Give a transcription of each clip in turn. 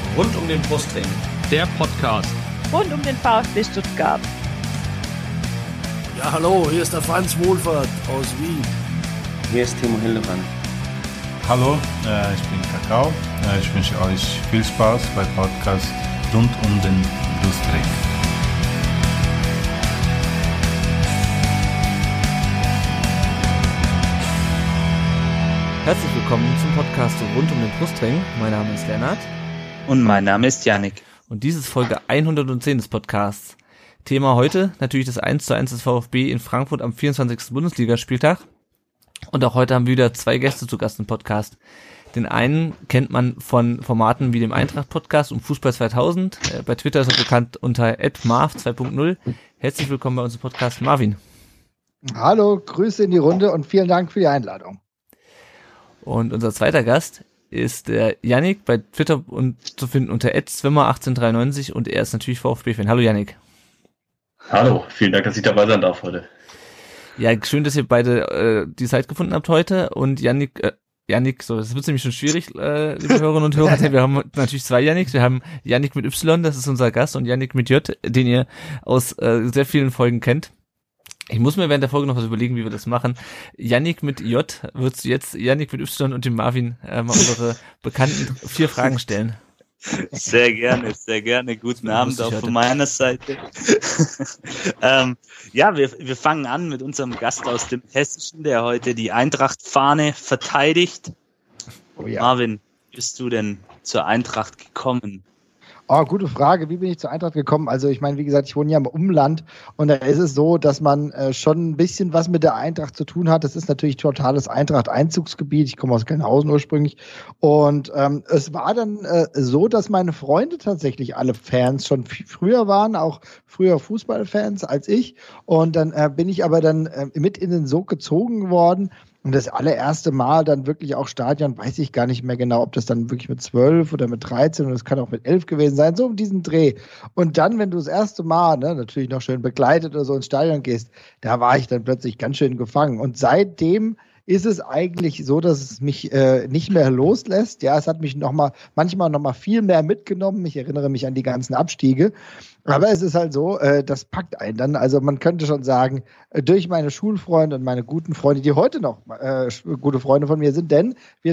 Rund um den Brustring. Der Podcast. Rund um den VfB Stuttgart. Ja, hallo, hier ist der Franz Wohlfahrt aus Wien. Hier ist Timo Hildebrand. Hallo, ich bin Kakao. Ich wünsche euch viel Spaß beim Podcast Rund um den Brustring. Herzlich willkommen zum Podcast Rund um den Brustring. Mein Name ist Lennart. Und mein Name ist Yannick. Und dies ist Folge 110 des Podcasts. Thema heute natürlich das 1:1 des VfB in Frankfurt am 24. Bundesligaspieltag. Und auch heute haben wir wieder zwei Gäste zu Gast im Podcast. Den einen kennt man von Formaten wie dem Eintracht-Podcast und Fußball 2000. Bei Twitter ist er bekannt unter @marv 2.0. Herzlich willkommen bei unserem Podcast, Marvin. Hallo, Grüße in die Runde und vielen Dank für die Einladung. Und unser zweiter Gast ist der Yannick, bei Twitter zu finden unter @swimmer1893 und er ist natürlich VfB-Fan. Hallo Yannick. Hallo, vielen Dank, dass ich dabei sein darf heute. Ja, schön, dass ihr beide die Zeit gefunden habt heute und Yannick, so, das wird nämlich schon schwierig, liebe Hörerinnen und Hörer, wir haben natürlich zwei Yannicks, wir haben Yannick mit Y, das ist unser Gast, und Yannick mit J, den ihr aus sehr vielen Folgen kennt. Ich muss mir während der Folge noch was überlegen, wie wir das machen. Yannick mit J, würdest du jetzt Yannick mit Y und dem Marvin mal unsere bekannten 4 Fragen stellen? Sehr gerne. Guten Abend auch von meiner Seite. Wir fangen an mit unserem Gast aus dem Hessischen, der heute die Eintracht-Fahne verteidigt. Oh ja. Marvin, wie bist du denn zur Eintracht gekommen? Oh, gute Frage. Wie bin ich zur Eintracht gekommen? Also ich meine, wie gesagt, ich wohne ja im Umland und da ist es so, dass man schon ein bisschen was mit der Eintracht zu tun hat. Das ist natürlich totales Eintracht-Einzugsgebiet. Ich komme aus Gelnhausen ursprünglich und es war dann so, dass meine Freunde tatsächlich alle Fans schon früher waren, auch früher Fußballfans als ich, und dann bin ich aber dann mit in den Sog gezogen worden. Und das allererste Mal dann wirklich auch Stadion, weiß ich gar nicht mehr genau, ob das dann wirklich mit 12 oder mit 13 oder das kann auch mit 11 gewesen sein, so um diesen Dreh. Und dann, wenn du das erste Mal, natürlich noch schön begleitet oder so ins Stadion gehst, da war ich dann plötzlich ganz schön gefangen. Und seitdem ist es eigentlich so, dass es mich nicht mehr loslässt. Ja, es hat mich manchmal noch mal viel mehr mitgenommen. Ich erinnere mich an die ganzen Abstiege. Aber es ist halt so, das packt einen dann. Also man könnte schon sagen, durch meine Schulfreunde und meine guten Freunde, die heute noch gute Freunde von mir sind, denn wir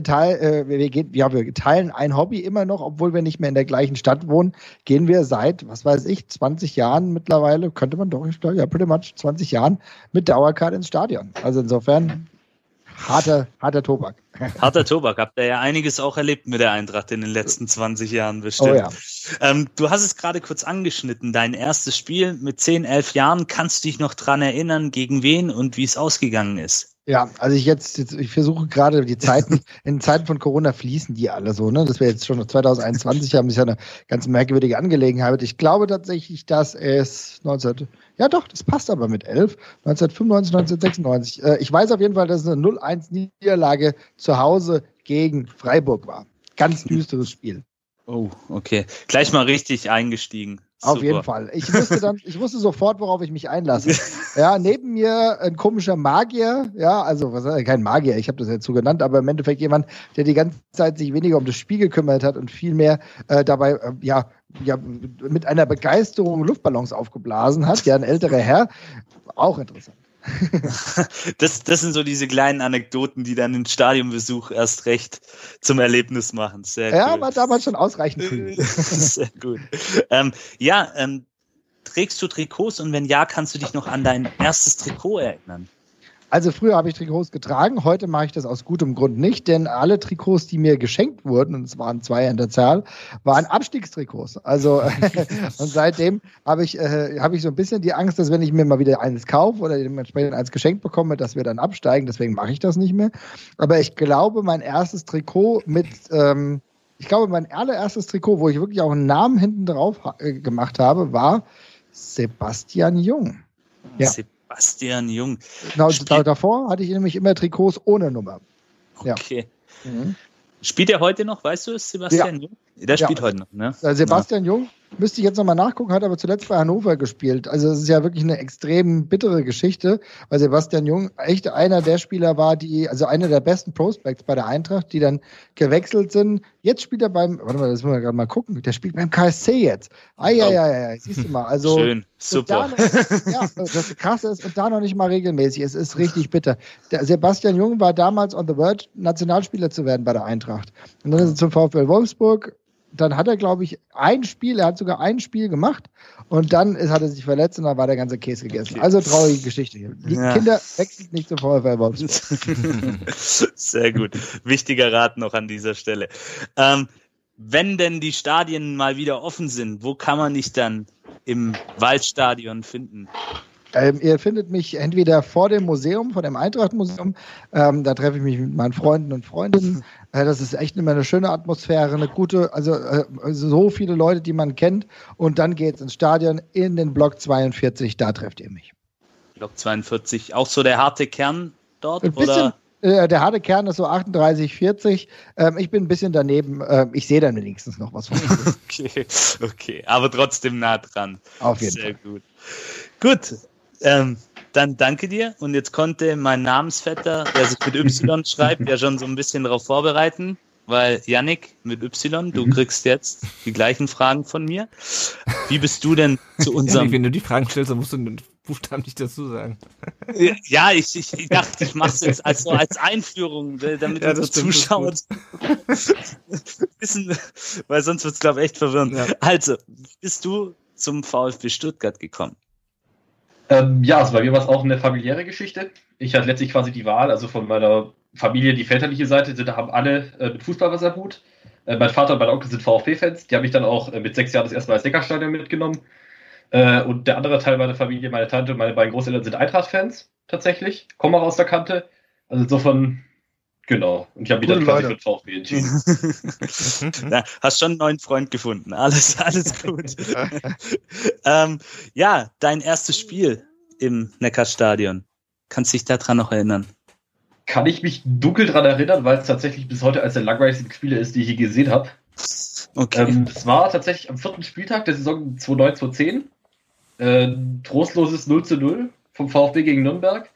teilen ein Hobby immer noch, obwohl wir nicht mehr in der gleichen Stadt wohnen, gehen wir seit, 20 Jahren mittlerweile, könnte man doch, ich glaube, ja, pretty much 20 Jahren mit Dauerkarte ins Stadion. Also insofern harter Tobak. Harter Tobak. Habt ihr ja einiges auch erlebt mit der Eintracht in den letzten 20 Jahren bestimmt. Oh ja. Du hast es gerade kurz angeschnitten. Dein erstes Spiel mit 10, 11 Jahren. Kannst du dich noch dran erinnern, gegen wen und wie es ausgegangen ist? Ja, also ich versuche gerade in Zeiten von Corona fließen die alle so, ne? Das wir jetzt schon 2021 haben, ist ja eine ganz merkwürdige Angelegenheit. Ich glaube tatsächlich, dass es das passt aber mit 11, 1995, 1996. Ich weiß auf jeden Fall, dass es eine 0-1-Niederlage zu Hause gegen Freiburg war. Ganz düsteres Spiel. Oh, okay. Gleich mal richtig eingestiegen. Auf jeden Fall. Ich wusste sofort, worauf ich mich einlasse. Ja, neben mir ein komischer Magier, ja, also kein Magier, ich habe das jetzt so genannt, aber im Endeffekt jemand, der die ganze Zeit sich weniger um das Spiel gekümmert hat und viel mehr dabei mit einer Begeisterung Luftballons aufgeblasen hat, ja, ein älterer Herr, auch interessant. Das sind so diese kleinen Anekdoten, die dann den Stadionbesuch erst recht zum Erlebnis machen. Sehr cool. Aber damals schon ausreichend früh. Sehr gut. Trägst du Trikots und wenn ja, kannst du dich noch an dein erstes Trikot erinnern? Also früher habe ich Trikots getragen, heute mache ich das aus gutem Grund nicht, denn alle Trikots, die mir geschenkt wurden, und es waren 2 an der Zahl, waren Abstiegstrikots. Also und seitdem habe ich so ein bisschen die Angst, dass wenn ich mir mal wieder eines kaufe oder dementsprechend eins geschenkt bekomme, dass wir dann absteigen, deswegen mache ich das nicht mehr. Aber ich glaube, mein erstes Trikot mein allererstes Trikot, wo ich wirklich auch einen Namen hinten drauf gemacht habe, war Sebastian Jung. Ja. Sebastian Jung. Genau, davor hatte ich nämlich immer Trikots ohne Nummer. Okay. Ja. Spielt er heute noch, weißt du es, Sebastian Jung? Der spielt heute noch, ne? Sebastian Jung müsste ich jetzt nochmal nachgucken, hat aber zuletzt bei Hannover gespielt. Also es ist ja wirklich eine extrem bittere Geschichte, weil Sebastian Jung echt einer der Spieler war, also einer der besten Prospects bei der Eintracht, die dann gewechselt sind. Jetzt spielt er das müssen wir gerade mal gucken, der spielt beim KSC jetzt. Siehst du mal. Also, schön, super. Das Krasse ist, und da noch nicht mal regelmäßig. Es ist richtig bitter. Der Sebastian Jung war damals on the verge, Nationalspieler zu werden bei der Eintracht. Und dann ist er zum VfL Wolfsburg. Dann hat er, glaube ich, er hat sogar ein Spiel gemacht und dann hat er sich verletzt und dann war der ganze Käse gegessen. Okay. Also traurige Geschichte hier. Die Kinder wechseln nicht zum VfL Wolfsburg. Sehr gut. Wichtiger Rat noch an dieser Stelle. Wenn denn die Stadien mal wieder offen sind, wo kann man dich dann im Waldstadion finden? Ihr findet mich entweder vor dem Museum, vor dem Eintracht-Museum. Da treffe ich mich mit meinen Freunden und Freundinnen. Das ist echt immer eine schöne Atmosphäre, eine gute, so viele Leute, die man kennt. Und dann geht's ins Stadion in den Block 42. Da trefft ihr mich. Block 42, auch so der harte Kern dort? Ein bisschen, oder? Der harte Kern ist so 38, 40. Ich bin ein bisschen daneben. Ich sehe dann wenigstens noch was von mir. Okay, aber trotzdem nah dran. Auf jeden Fall. Sehr gut. Gut. Dann danke dir und jetzt konnte mein Namensvetter, der sich mit Y schreibt, ja schon so ein bisschen darauf vorbereiten, weil Yannick mit Y, du kriegst jetzt die gleichen Fragen von mir. Wie bist du denn zu unserem... Yannick, wenn du die Fragen stellst, dann musst du den Buchstaben nicht dazu sagen. Ja, ich dachte, ich mache es jetzt als Einführung, damit unsere Zuschauer wissen, weil sonst wird es, glaube ich, echt verwirrend. Ja. Also, bist du zum VfB Stuttgart gekommen? Also bei mir war es auch eine familiäre Geschichte. Ich hatte letztlich quasi die Wahl, also von meiner Familie, die väterliche Seite, da haben alle mit Fußball was am Hut. Mein Vater und mein Onkel sind VfB-Fans, die haben mich dann auch mit 6 Jahren das erste Mal ins Neckarstadion mitgenommen. Und der andere Teil meiner Familie, meine Tante und meine beiden Großeltern sind Eintracht-Fans, tatsächlich, kommen auch aus der Kante. Also insofern, genau. Und ich habe mich dann quasi für den VfB entschieden. Ja, hast schon einen neuen Freund gefunden, alles gut. Dein erstes Spiel im Neckarstadion. Kannst du dich daran noch erinnern? Kann ich mich dunkel daran erinnern, weil es tatsächlich bis heute eines der langweiligsten Spiele ist, die ich je gesehen habe. Okay. Es war tatsächlich am 4. Spieltag der Saison 2009/2010. Trostloses 0:0 vom VfB gegen Nürnberg.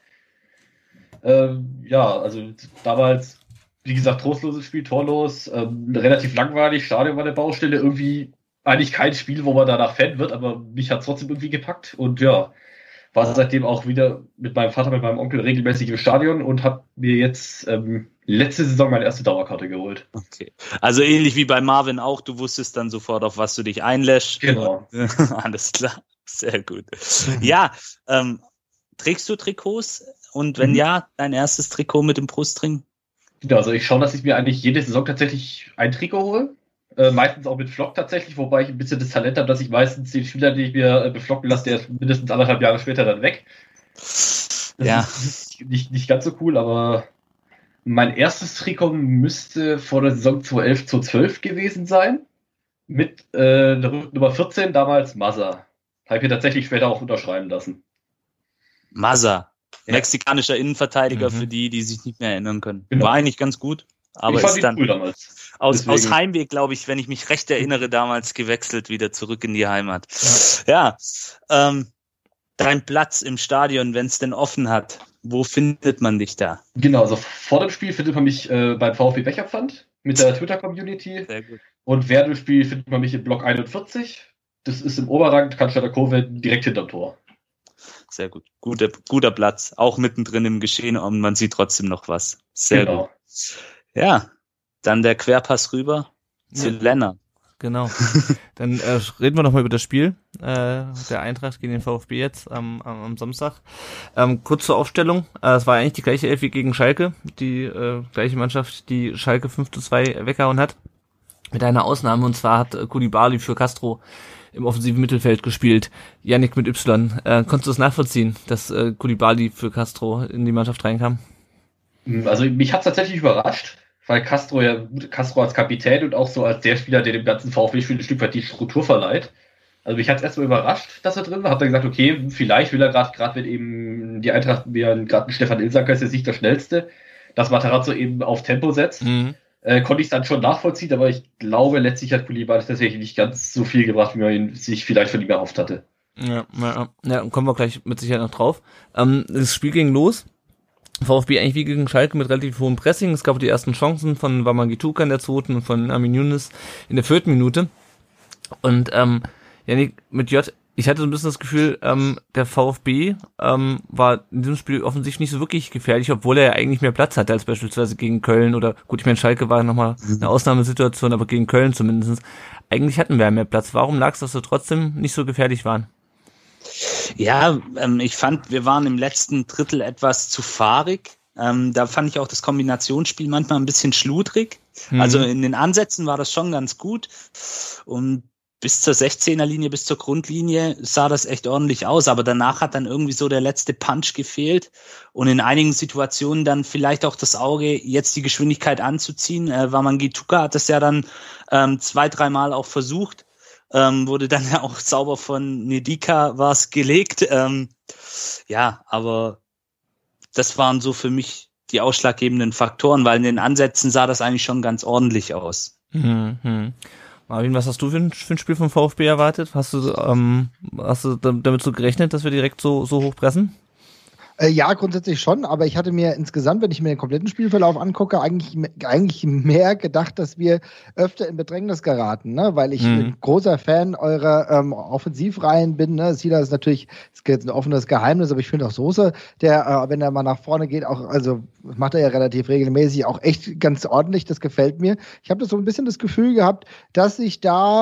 Also damals, wie gesagt, trostloses Spiel, torlos, relativ langweilig, Stadion war eine Baustelle, irgendwie eigentlich kein Spiel, wo man danach Fan wird, aber mich hat es trotzdem irgendwie gepackt und ja, war seitdem auch wieder mit meinem Vater, mit meinem Onkel regelmäßig im Stadion und habe mir jetzt letzte Saison meine erste Dauerkarte geholt. Okay, also ähnlich wie bei Marvin auch, du wusstest dann sofort, auf was du dich einlässt. Genau. Alles klar, sehr gut. Ja, trägst du Trikots? Und wenn ja, dein erstes Trikot mit dem Brustring? Genau, also ich schaue, dass ich mir eigentlich jede Saison tatsächlich ein Trikot hole. Meistens auch mit Flock tatsächlich, wobei ich ein bisschen das Talent habe, dass ich meistens den Spieler, den ich mir beflocken lasse, der ist mindestens 1,5 Jahre später dann weg. Das ist nicht ganz so cool, aber mein erstes Trikot müsste vor der Saison 2011/2012 gewesen sein. Mit der Nummer 14, damals Mazza. Habe ich mir tatsächlich später auch unterschreiben lassen. Mazza. Mexikanischer Innenverteidiger für die sich nicht mehr erinnern können. Genau. War eigentlich ganz gut, aber ich fand ist dann cool damals. Aus Heimweg, glaube ich, wenn ich mich recht erinnere, damals gewechselt, wieder zurück in die Heimat. Ja, dein Platz im Stadion, wenn es denn offen hat, wo findet man dich da? Genau, also vor dem Spiel findet man mich beim VfB Becherpfand mit der Twitter-Community. Sehr gut. Und während dem Spiel findet man mich im Block 41. Das ist im Oberrang, Cannstatter Kurve, direkt hinterm Tor. Sehr gut. Guter Platz. Auch mittendrin im Geschehen und man sieht trotzdem noch was. Sehr gut. Ja, dann der Querpass rüber zu Lennart. Genau. Dann reden wir nochmal über das Spiel der Eintracht gegen den VfB jetzt am Samstag. Kurz zur Aufstellung. Es war eigentlich die gleiche Elf wie gegen Schalke. Die gleiche Mannschaft, die Schalke 5:2 weggehauen hat. Mit einer Ausnahme, und zwar hat Koulibaly für Castro im offensiven Mittelfeld gespielt. Yannick mit Y. Konntest du es nachvollziehen, dass Koulibaly für Castro in die Mannschaft reinkam? Also mich hat es tatsächlich überrascht, weil Castro als Kapitän und auch so als der Spieler, der dem ganzen VfB-Spiel ein Stück weit die Struktur verleiht. Also mich hat es erstmal überrascht, dass er drin war. Hab dann gesagt, okay, vielleicht will er gerade wenn eben die Eintracht, gerade Stefan Ilsanker ist jetzt nicht der Schnellste, dass Matarazzo eben auf Tempo setzt. konnte ich es dann schon nachvollziehen, aber ich glaube, letztlich hat Koulibaly tatsächlich nicht ganz so viel gebracht, wie man sich vielleicht von ihm erhofft hatte. Ja, kommen wir gleich mit Sicherheit noch drauf. Das Spiel ging los. VfB eigentlich wie gegen Schalke mit relativ hohem Pressing. Es gab die ersten Chancen von Wamangituka in der 2. und von Amin Younes in der 4. Minute. Und Yannick, mit J, ich hatte so ein bisschen das Gefühl, der VfB war in diesem Spiel offensichtlich nicht so wirklich gefährlich, obwohl er ja eigentlich mehr Platz hatte als beispielsweise gegen Köln oder, gut, ich meine, Schalke war nochmal eine Ausnahmesituation, aber gegen Köln zumindest. Eigentlich hatten wir ja mehr Platz. Warum lag es, dass wir trotzdem nicht so gefährlich waren? Ja, ich fand, wir waren im letzten Drittel etwas zu fahrig. Da fand ich auch das Kombinationsspiel manchmal ein bisschen schludrig. Also in den Ansätzen war das schon ganz gut. Und bis zur 16er-Linie, bis zur Grundlinie sah das echt ordentlich aus. Aber danach hat dann irgendwie so der letzte Punch gefehlt. Und in einigen Situationen dann vielleicht auch das Auge, jetzt die Geschwindigkeit anzuziehen. Wamangituka hat das ja dann 2-3 Mal auch versucht. Wurde dann ja auch sauber von Nedika was gelegt. Ja, aber das waren so für mich die ausschlaggebenden Faktoren, weil in den Ansätzen sah das eigentlich schon ganz ordentlich aus. Marvin, was hast du für ein Spiel vom VfB erwartet? Hast du damit so gerechnet, dass wir direkt so hoch pressen? Ja, grundsätzlich schon, aber ich hatte mir insgesamt, wenn ich mir den kompletten Spielverlauf angucke, eigentlich mehr gedacht, dass wir öfter in Bedrängnis geraten, ne? Weil ich ein großer Fan eurer Offensivreihen bin. Ne? Silas ist natürlich ein offenes Geheimnis, aber ich finde auch Soße, der, wenn er mal nach vorne geht, auch, also macht er ja relativ regelmäßig, auch echt ganz ordentlich, das gefällt mir. Ich habe so ein bisschen das Gefühl gehabt, dass sich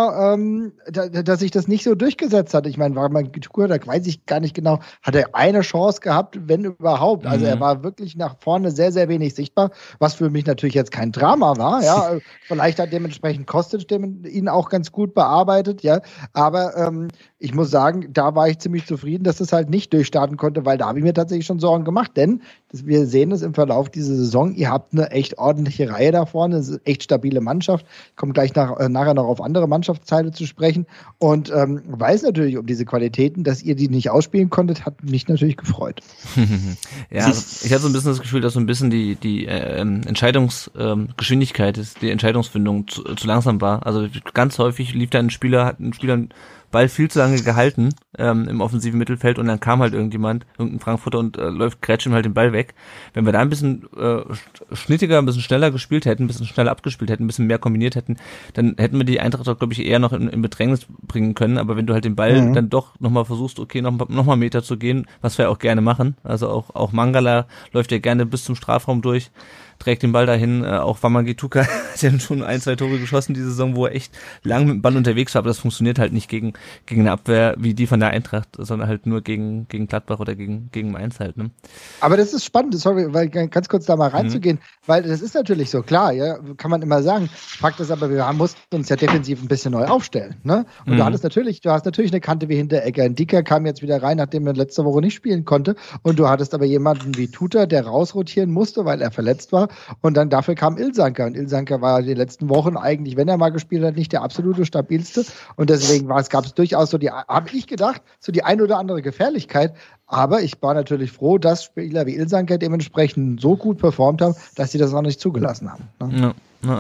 dass sich das nicht so durchgesetzt hat. Ich meine, da weiß ich gar nicht genau, hat er eine Chance gehabt, wenn überhaupt. Also er war wirklich nach vorne sehr, sehr wenig sichtbar, was für mich natürlich jetzt kein Drama war. Ja, vielleicht hat dementsprechend Kostic ihn auch ganz gut bearbeitet. Ja, aber ich muss sagen, da war ich ziemlich zufrieden, dass das halt nicht durchstarten konnte, weil da habe ich mir tatsächlich schon Sorgen gemacht, denn wir sehen es im Verlauf dieser Saison, ihr habt eine echt ordentliche Reihe da vorne, eine echt stabile Mannschaft. Ich komme gleich nachher noch auf andere Mannschaftsteile zu sprechen und weiß natürlich um diese Qualitäten, dass ihr die nicht ausspielen konntet, hat mich natürlich gefreut. Ja, also ich hatte so ein bisschen das Gefühl, dass so ein bisschen die Entscheidungsgeschwindigkeit ist, die Entscheidungsfindung zu langsam war. Also ganz häufig lief da ein Spieler, hat ein Spieler Ball viel zu lange gehalten im offensiven Mittelfeld und dann kam halt irgendein Frankfurter und grätscht ihm halt den Ball weg. Wenn wir da ein bisschen schnittiger, ein bisschen schneller gespielt hätten, ein bisschen schneller abgespielt hätten, ein bisschen mehr kombiniert hätten, dann hätten wir die Eintracht auch, glaube ich, eher noch in Bedrängnis bringen können. Aber wenn du halt den Ball dann doch nochmal versuchst, okay, noch mal Meter zu gehen, was wir auch gerne machen, also auch Mangala läuft ja gerne bis zum Strafraum durch, trägt den Ball dahin, auch Wamangituka hat ja schon 1-2 Tore geschossen diese Saison, wo er echt lang mit dem Ball unterwegs war, aber das funktioniert halt nicht gegen eine Abwehr wie die von der Eintracht, sondern halt nur gegen Gladbach oder gegen Mainz halt, ne? Aber das ist spannend, sorry, weil ganz kurz da mal reinzugehen, weil das ist natürlich so, klar, ja, kann man immer sagen. Fakt ist aber, wir mussten uns ja defensiv ein bisschen neu aufstellen, ne? Und du hast natürlich eine Kante wie Hinteregger. Ndika kam jetzt wieder rein, nachdem er letzte Woche nicht spielen konnte, und du hattest aber jemanden wie Tuta, der rausrotieren musste, weil er verletzt war. Und dann dafür kam Ilsanker. Und Ilsanker war die letzten Wochen eigentlich, wenn er mal gespielt hat, nicht der absolute stabilste. Und deswegen gab es durchaus so habe ich gedacht, so die ein oder andere Gefährlichkeit. Aber ich war natürlich froh, dass Spieler wie Ilsanker dementsprechend so gut performt haben, dass sie das auch nicht zugelassen haben. Ne?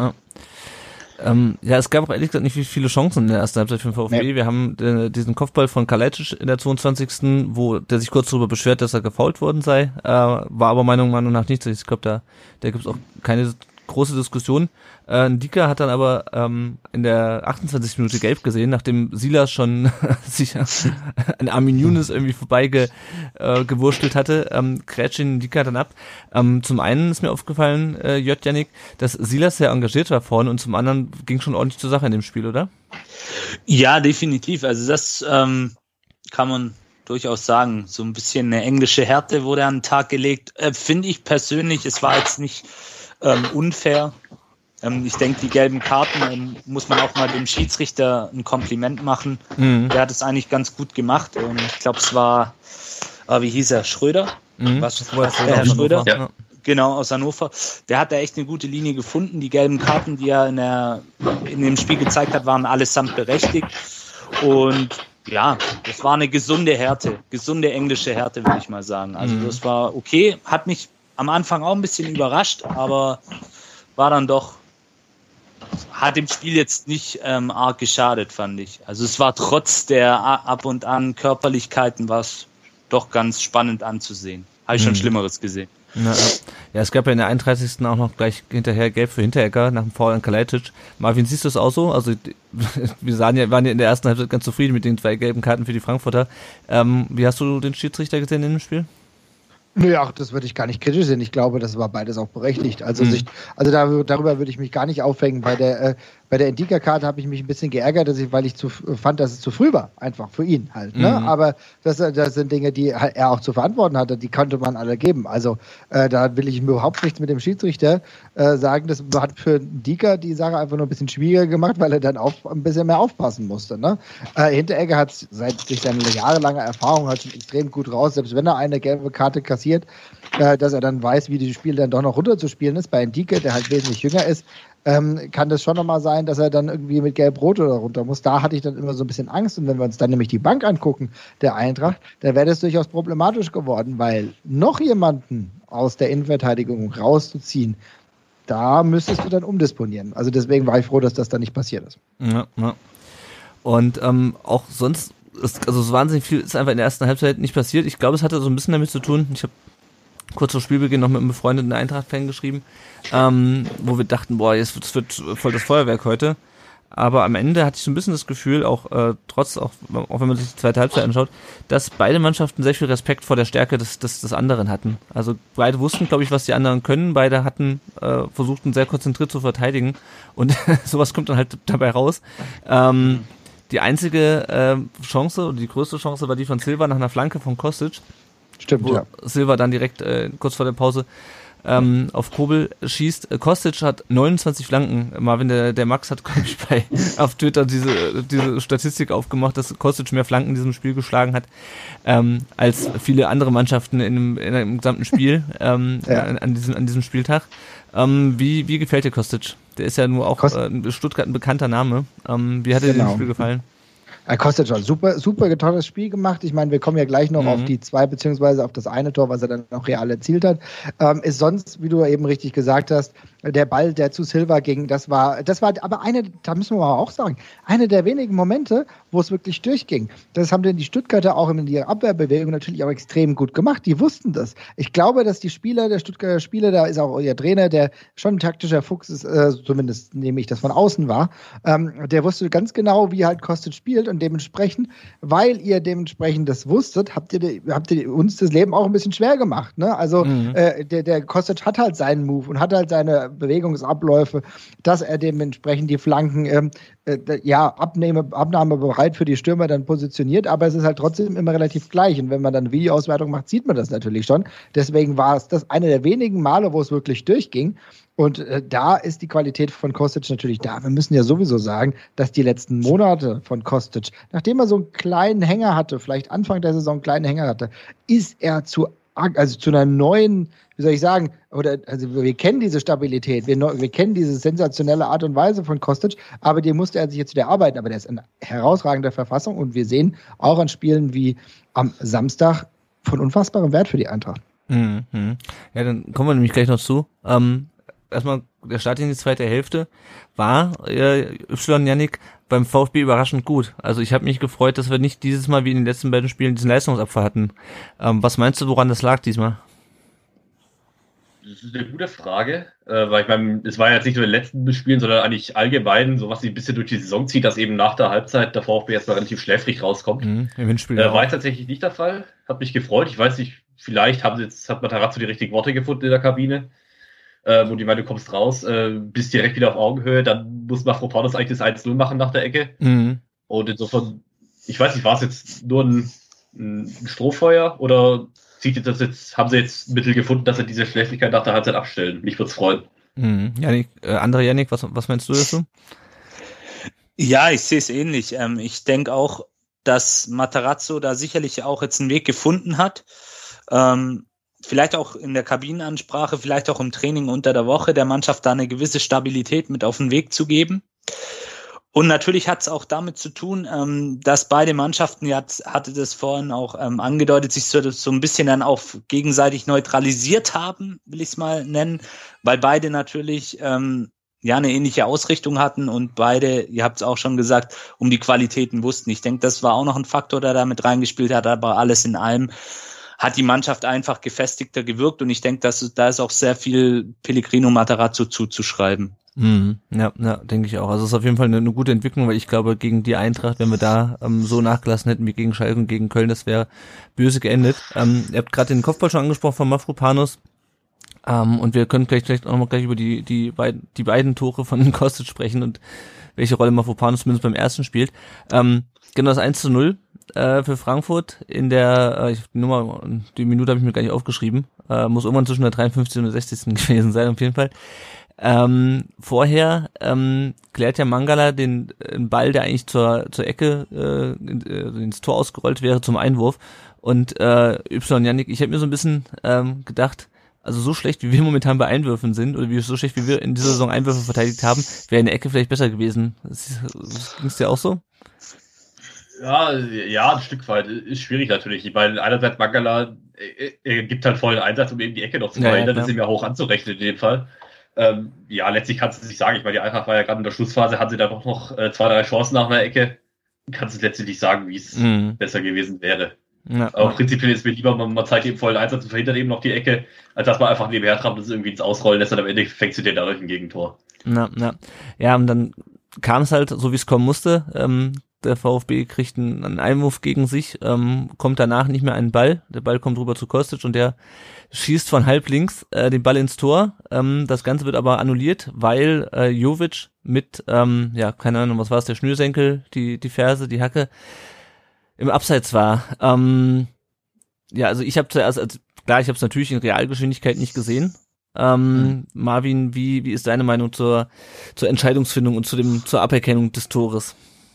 Ja, es gab auch ehrlich gesagt nicht viele Chancen in der ersten Halbzeit für den VfB. Nee. Wir haben diesen Kopfball von Kalajdzic in der 22., wo der sich kurz darüber beschwert, dass er gefoult worden sei. War aber meiner Meinung nach nichts. Ich glaube, da gibt es auch keine große Diskussion. Ndika hat dann aber in der 28. Minute gelb gesehen, nachdem Silas schon sich an Amin Younes irgendwie gewurschtelt hatte, grätscht Ndika dann ab. Zum einen ist mir aufgefallen, Yannick, dass Silas sehr engagiert war vorne, und zum anderen ging schon ordentlich zur Sache in dem Spiel, oder? Ja, definitiv. Also das kann man durchaus sagen. So ein bisschen eine englische Härte wurde an den Tag gelegt. Finde ich persönlich, es war jetzt nicht unfair. Ich denke, die gelben Karten muss man auch mal dem Schiedsrichter ein Kompliment machen. Der hat es eigentlich ganz gut gemacht. Und ich glaube, es war, wie hieß er, Schröder? Herr Schröder? Ja. Genau, aus Hannover. Der hat da echt eine gute Linie gefunden. Die gelben Karten, die er in dem Spiel gezeigt hat, waren allesamt berechtigt. Und ja, das war eine gesunde Härte, gesunde englische Härte, würde ich mal sagen. Also das war okay, hat mich am Anfang auch ein bisschen überrascht, aber war dann doch hat dem Spiel jetzt nicht arg geschadet, fand ich. Also es war trotz der ab und an Körperlichkeiten war es doch ganz spannend anzusehen. Habe ich schon Schlimmeres gesehen. Ja, es gab ja in der 31. auch noch gleich hinterher Gelb für Hinteregger nach dem Foul an Kalajdzic. Marvin, siehst du es auch so? Also wir waren ja in der ersten Halbzeit ganz zufrieden mit den 2 gelben Karten für die Frankfurter. Wie hast du den Schiedsrichter gesehen in dem Spiel? Naja, das würde ich gar nicht kritisch sehen. Ich glaube, das war beides auch berechtigt. Also darüber würde ich mich gar nicht aufhängen. Bei der Indika-Karte habe ich mich ein bisschen geärgert, weil ich fand, dass es zu früh war. Einfach für ihn halt. Ne? Aber das sind Dinge, die er auch zu verantworten hatte. Die konnte man alle geben. Also da will ich mir überhaupt nichts mit dem Schiedsrichter sagen. Das hat für Indika die Sache einfach nur ein bisschen schwieriger gemacht, weil er dann ein bisschen mehr aufpassen musste. Ne? Hinteregger hat durch seine jahrelange Erfahrung halt schon extrem gut raus, selbst wenn er eine gelbe Karte kassiert, dass er dann weiß, wie dieses Spiel dann doch noch runterzuspielen ist. Bei Indika, der halt wesentlich jünger ist, kann das schon nochmal sein, dass er dann irgendwie mit Gelb-Rot oder runter muss. Da hatte ich dann immer so ein bisschen Angst. Und wenn wir uns dann nämlich die Bank angucken, der Eintracht, dann wäre das durchaus problematisch geworden, weil noch jemanden aus der Innenverteidigung rauszuziehen, da müsstest du dann umdisponieren. Also deswegen war ich froh, dass das dann nicht passiert ist. Ja. Und auch sonst, so wahnsinnig viel ist einfach in der ersten Halbzeit nicht passiert. Ich glaube, es hatte so ein bisschen damit zu tun, ich habe kurz vor Spielbeginn noch mit einem befreundeten Eintracht-Fan geschrieben, wo wir dachten, boah, jetzt wird voll das Feuerwerk heute. Aber am Ende hatte ich so ein bisschen das Gefühl, auch wenn man sich die zweite Halbzeit anschaut, dass beide Mannschaften sehr viel Respekt vor der Stärke des anderen hatten. Also beide wussten, glaube ich, was die anderen können. Beide hatten versuchten sehr konzentriert zu verteidigen. Und sowas kommt dann halt dabei raus. Die einzige Chance, oder die größte Chance war die von Silva nach einer Flanke von Kostic. Stimmt, wo Silva dann direkt kurz vor der Pause auf Kobel schießt. Kostic hat 29 Flanken. Marvin, der Max hat, glaube ich, auf Twitter diese Statistik aufgemacht, dass Kostic mehr Flanken in diesem Spiel geschlagen hat, als viele andere Mannschaften in einem gesamten Spiel an diesem Spieltag. Wie gefällt dir Kostic? Der ist ja nur auch in Stuttgart ein bekannter Name. Wie hat dir das Spiel gefallen? Kostic hat super tolles Spiel gemacht. Ich meine, wir kommen ja gleich noch auf die 2 beziehungsweise auf das eine Tor, was er dann noch real erzielt hat. Ist sonst, wie du eben richtig gesagt hast, der Ball, der zu Silva ging, das war aber da müssen wir auch sagen, eine der wenigen Momente, wo es wirklich durchging. Das haben denn die Stuttgarter auch in ihrer Abwehrbewegung natürlich auch extrem gut gemacht. Die wussten das. Ich glaube, dass die Spieler, der Stuttgarter Spieler, da ist auch ihr Trainer, der schon ein taktischer Fuchs ist, zumindest nehme ich das von außen wahr, der wusste ganz genau, wie halt Kostic spielt und dementsprechend, weil ihr dementsprechend das wusstet, habt ihr uns das Leben auch ein bisschen schwer gemacht. Ne? Also der Kostic hat halt seinen Move und hat halt seine Bewegungsabläufe, dass er dementsprechend die Flanken abnahmebereit für die Stürmer dann positioniert, aber es ist halt trotzdem immer relativ gleich und wenn man dann Videoauswertung macht, sieht man das natürlich schon. Deswegen war es das eine der wenigen Male, wo es wirklich durchging. Und da ist die Qualität von Kostic natürlich da. Wir müssen ja sowieso sagen, dass die letzten Monate von Kostic, nachdem er so einen kleinen Hänger hatte, vielleicht Anfang der Saison einen kleinen Hänger hatte, ist er zu einer neuen, wie soll ich sagen, wir kennen diese Stabilität, wir kennen diese sensationelle Art und Weise von Kostic, aber die musste er sich jetzt wieder erarbeiten. Aber der ist in herausragender Verfassung und wir sehen auch an Spielen wie am Samstag von unfassbarem Wert für die Eintracht. Ja, dann kommen wir nämlich gleich noch zu. Erstmal, der Start in die zweite Hälfte war Yannick beim VfB überraschend gut. Also ich habe mich gefreut, dass wir nicht dieses Mal wie in den letzten beiden Spielen diesen Leistungsabfall hatten. Was meinst du, woran das lag diesmal? Das ist eine gute Frage, weil ich meine, es war ja jetzt nicht nur in den letzten Spielen, sondern eigentlich allgemein, so was sich ein bisschen durch die Saison zieht, dass eben nach der Halbzeit der VfB erstmal relativ schläfrig rauskommt. Im Hinspiel war jetzt tatsächlich nicht der Fall. Hat mich gefreut. Ich weiß nicht, vielleicht hat Matarazzo die richtigen Worte gefunden in der Kabine. Wo die meinte, du kommst raus, bist direkt wieder auf Augenhöhe, dann muss Mafropanos eigentlich das 1-0 machen nach der Ecke. Und insofern, ich weiß nicht, war es jetzt nur ein Strohfeuer oder haben sie jetzt Mittel gefunden, dass sie diese Schläfrigkeit nach der Halbzeit abstellen? Mich würde es freuen. Yannick, was meinst du dazu? Ja, ich sehe es ähnlich. Ich denke auch, dass Matarazzo da sicherlich auch jetzt einen Weg gefunden hat. Vielleicht auch in der Kabinenansprache, vielleicht auch im Training unter der Woche, der Mannschaft da eine gewisse Stabilität mit auf den Weg zu geben. Und natürlich hat es auch damit zu tun, dass beide Mannschaften, hatte das vorhin auch angedeutet, sich so ein bisschen dann auch gegenseitig neutralisiert haben, will ich es mal nennen, weil beide natürlich eine ähnliche Ausrichtung hatten und beide, ihr habt es auch schon gesagt, um die Qualitäten wussten. Ich denke, das war auch noch ein Faktor, der da mit reingespielt hat, aber alles in allem hat die Mannschaft einfach gefestigter gewirkt und ich denke, da ist auch sehr viel Pellegrino Matarazzo zuzuschreiben. Ja, denke ich auch. Also es ist auf jeden Fall eine gute Entwicklung, weil ich glaube, gegen die Eintracht, wenn wir da so nachgelassen hätten wie gegen Schalke und gegen Köln, das wäre böse geendet. Ihr habt gerade den Kopfball schon angesprochen von Mavropanos. Und wir können vielleicht auch noch mal gleich über die beiden Tore von Kostic sprechen und welche Rolle Mavropanos zumindest beim ersten spielt. Genau, das 1:0 für Frankfurt in der die Minute habe ich mir gar nicht aufgeschrieben. Muss irgendwann zwischen der 53. und der 60. gewesen sein, auf jeden Fall. Vorher klärt ja Mangala den Ball, der eigentlich zur Ecke ins Tor ausgerollt wäre, zum Einwurf. Und Yannick, ich habe mir so ein bisschen gedacht, also so schlecht, wie wir momentan bei Einwürfen sind, oder so schlecht, wie wir in dieser Saison Einwürfe verteidigt haben, wäre eine Ecke vielleicht besser gewesen. Ging es dir auch so? Ja, ein Stück weit. Ist schwierig natürlich. Ich meine, einerseits Mangala, er gibt halt vollen Einsatz, um eben die Ecke noch zu verhindern. Das ist ihm ja hoch anzurechnen in dem Fall. Letztlich kannst du es nicht sagen. Ich meine, die Eintracht war ja gerade in der Schlussphase, hat sie da doch noch 2-3 Chancen nach einer Ecke. Kannst du letztlich nicht sagen, wie es besser gewesen wäre. Ja, aber prinzipiell ist mir lieber, man zeigt eben vollen Einsatz und verhindert eben noch die Ecke, als dass man einfach nebenher trampt und es irgendwie ins Ausrollen lässt und am Ende fängst du dir dadurch ein Gegentor. Ja, und dann kam es halt so, wie es kommen musste. Der VfB kriegt einen Einwurf gegen sich, kommt danach nicht mehr einen Ball. Der Ball kommt rüber zu Kostic und der schießt von halb links den Ball ins Tor. Das Ganze wird aber annulliert, weil Jovic mit, keine Ahnung, was war es, der Schnürsenkel, die Ferse, die Hacke, im Abseits war. Also ich habe zuerst, ich habe es natürlich in Realgeschwindigkeit nicht gesehen. Marvin, wie ist deine Meinung zur Entscheidungsfindung und zur Aberkennung des Tores?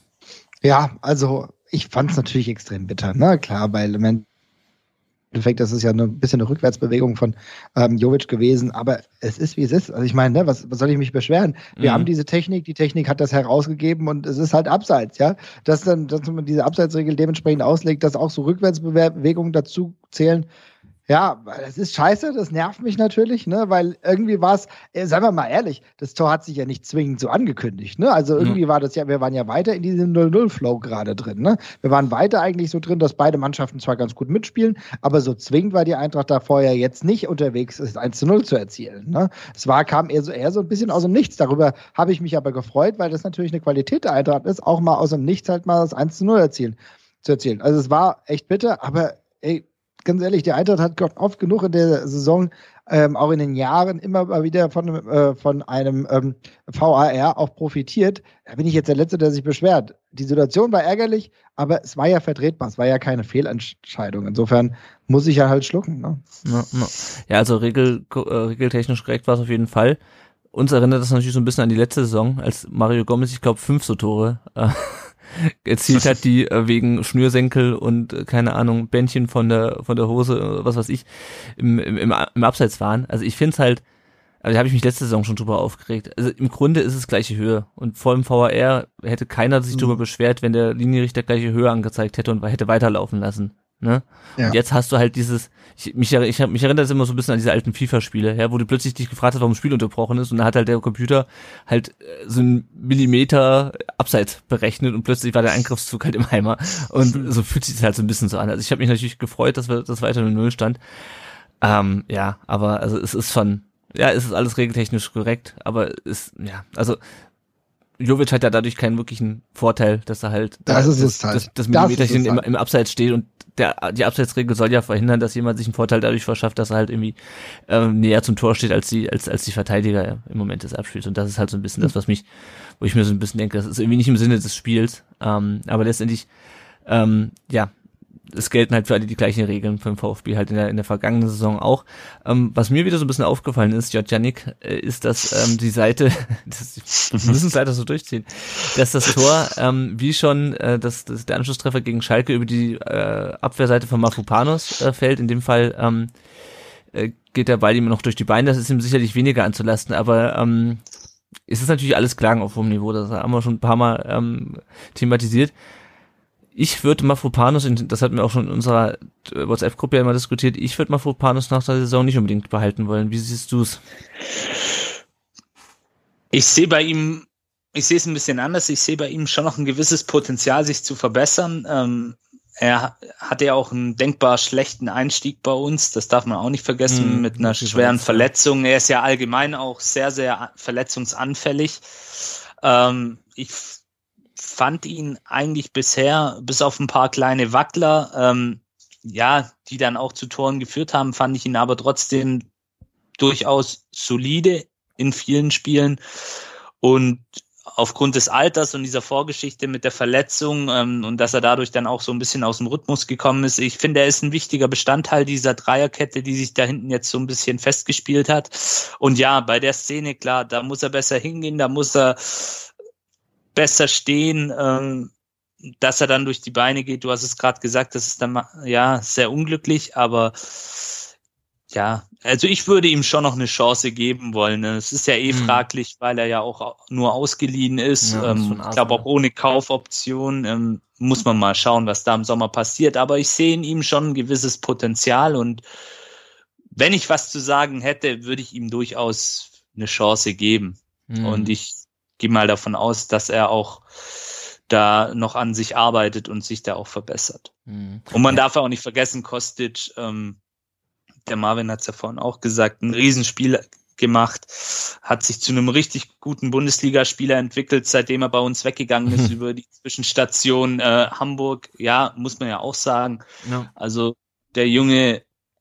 Ja, also ich fand es natürlich extrem bitter, ne? Klar, weil im Endeffekt, das ist ja ein bisschen eine Rückwärtsbewegung von Jovic gewesen, aber es ist, wie es ist. Also ich meine, ne, was soll ich mich beschweren? Wir haben diese Technik, die Technik hat das herausgegeben und es ist halt Abseits, ja. Dass man diese Abseitsregel dementsprechend auslegt, dass auch so Rückwärtsbewegungen dazu zählen. Ja, das ist scheiße, das nervt mich natürlich, ne, weil irgendwie war es, seien wir mal ehrlich, das Tor hat sich ja nicht zwingend so angekündigt, ne, also irgendwie war das ja, wir waren ja weiter in diesem 0-0-Flow gerade drin, ne, wir waren weiter eigentlich so drin, dass beide Mannschaften zwar ganz gut mitspielen, aber so zwingend war die Eintracht da vorher jetzt nicht unterwegs, ist 1:0 zu erzielen, ne, kam eher so ein bisschen aus dem Nichts, darüber habe ich mich aber gefreut, weil das natürlich eine Qualität der Eintracht ist, auch mal aus dem Nichts halt mal das 1:0 zu erzielen, also es war echt bitter, aber ganz ehrlich, die Eintracht hat oft genug in der Saison, auch in den Jahren, immer mal wieder von einem VAR auch profitiert. Da bin ich jetzt der Letzte, der sich beschwert. Die Situation war ärgerlich, aber es war ja vertretbar. Es war ja keine Fehlentscheidung. Insofern muss ich ja halt schlucken. Ne? Ja, also regeltechnisch korrekt war es auf jeden Fall. Uns erinnert das natürlich so ein bisschen an die letzte Saison, als Mario Gomez, ich glaube, 5 so Tore erzielt hat, die wegen Schnürsenkel und keine Ahnung, Bändchen von der Hose, was weiß ich, im Abseits waren. Also ich finde es halt, da habe ich mich letzte Saison schon drüber aufgeregt. Also im Grunde ist es gleiche Höhe und vor dem VAR hätte keiner sich drüber beschwert, wenn der Linienrichter gleiche Höhe angezeigt hätte und hätte weiterlaufen lassen. Ne? Ja. Und jetzt hast du halt dieses, mich erinnert das immer so ein bisschen an diese alten FIFA-Spiele, ja, wo du plötzlich dich gefragt hast, warum das Spiel unterbrochen ist und dann hat halt der Computer halt so einen Millimeter Abseits berechnet und plötzlich war der Angriffszug halt im Eimer und so fühlt sich das halt so ein bisschen so an. Also ich habe mich natürlich gefreut, dass das weiter 0-0 stand. Aber also es ist alles regeltechnisch korrekt, aber Jovic hat ja dadurch keinen wirklichen Vorteil, dass er halt das Millimeterchen im Abseits steht und die Abseitsregel soll ja verhindern, dass jemand sich einen Vorteil dadurch verschafft, dass er halt irgendwie näher zum Tor steht als die Verteidiger im Moment des Abspiels. Und das ist halt so ein bisschen das, wo ich mir so ein bisschen denke, das ist irgendwie nicht im Sinne des Spiels. Aber letztendlich, es gelten halt für alle die gleichen Regeln beim VfB halt in der vergangenen Saison auch. Was mir wieder so ein bisschen aufgefallen ist, Yannick, ist, dass die Seite, wir müssen es leider so durchziehen, dass das Tor, wie schon der Anschlusstreffer gegen Schalke über die Abwehrseite von Mavropanos fällt. In dem Fall geht der Ball ihm noch durch die Beine. Das ist ihm sicherlich weniger anzulasten, aber es ist natürlich alles Klagen auf hohem Niveau. Das haben wir schon ein paar Mal thematisiert. Ich würde Mavropanos, das hatten wir auch schon in unserer WhatsApp-Gruppe ja immer diskutiert, ich würde Mavropanos nach der Saison nicht unbedingt behalten wollen. Wie siehst du es? Ich sehe es ein bisschen anders. Ich sehe bei ihm schon noch ein gewisses Potenzial, sich zu verbessern. Er hatte ja auch einen denkbar schlechten Einstieg bei uns. Das darf man auch nicht vergessen, mit einer schweren Verletzung. Er ist ja allgemein auch sehr, sehr verletzungsanfällig. Ich fand ihn eigentlich bisher, bis auf ein paar kleine Wackler, die dann auch zu Toren geführt haben, fand ich ihn aber trotzdem durchaus solide in vielen Spielen. Und aufgrund des Alters und dieser Vorgeschichte mit der Verletzung und dass er dadurch dann auch so ein bisschen aus dem Rhythmus gekommen ist, ich finde, er ist ein wichtiger Bestandteil dieser Dreierkette, die sich da hinten jetzt so ein bisschen festgespielt hat. Und ja, bei der Szene, klar, da muss er besser hingehen, da muss er besser stehen, dass er dann durch die Beine geht. Du hast es gerade gesagt, das ist dann sehr unglücklich, aber ja, also ich würde ihm schon noch eine Chance geben wollen. Es ist ja fraglich, weil er ja auch nur ausgeliehen ist. Ja, ich glaube auch ohne Kaufoption. Muss man mal schauen, was da im Sommer passiert. Aber ich sehe in ihm schon ein gewisses Potenzial und wenn ich was zu sagen hätte, würde ich ihm durchaus eine Chance geben. Und ich gehe mal davon aus, dass er auch da noch an sich arbeitet und sich da auch verbessert. Und man darf auch nicht vergessen, Kostic, der Marvin hat es ja vorhin auch gesagt, ein Riesenspiel gemacht, hat sich zu einem richtig guten Bundesligaspieler entwickelt, seitdem er bei uns weggegangen ist über die Zwischenstation Hamburg. Ja, muss man ja auch sagen. Ja. Also der Junge,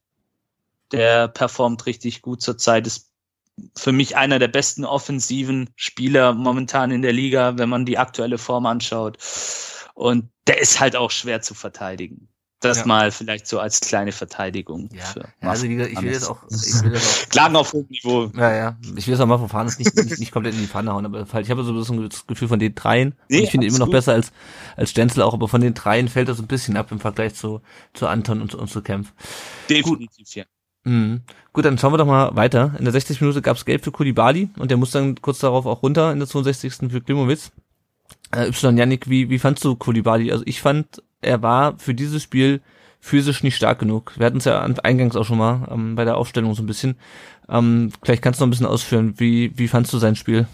der performt richtig gut zurzeit, ist für mich einer der besten offensiven Spieler momentan in der Liga, wenn man die aktuelle Form anschaut. Und der ist halt auch schwer zu verteidigen. Das mal vielleicht so als kleine Verteidigung. Ja, also wie gesagt, ich will das auch Klagen auf hohem Niveau. Ja. Ich will das auch mal verfahren, das nicht komplett in die Pfanne hauen, aber ich habe so ein bisschen das Gefühl von den dreien. Nee, ich finde ihn immer noch besser als Stenzel auch, aber von den dreien fällt er so ein bisschen ab im Vergleich zu Anton und zu Kempf. Definitiv, ja. Gut, dann schauen wir doch mal weiter. In der 60. Minute gab es Gelb für Koulibaly und der muss dann kurz darauf auch runter in der 62. für Klimowitz. Yannick, wie fandst du Koulibaly? Also ich fand, er war für dieses Spiel physisch nicht stark genug. Wir hatten es ja eingangs auch schon mal bei der Aufstellung so ein bisschen. Vielleicht kannst du noch ein bisschen ausführen. Wie fandst du sein Spiel?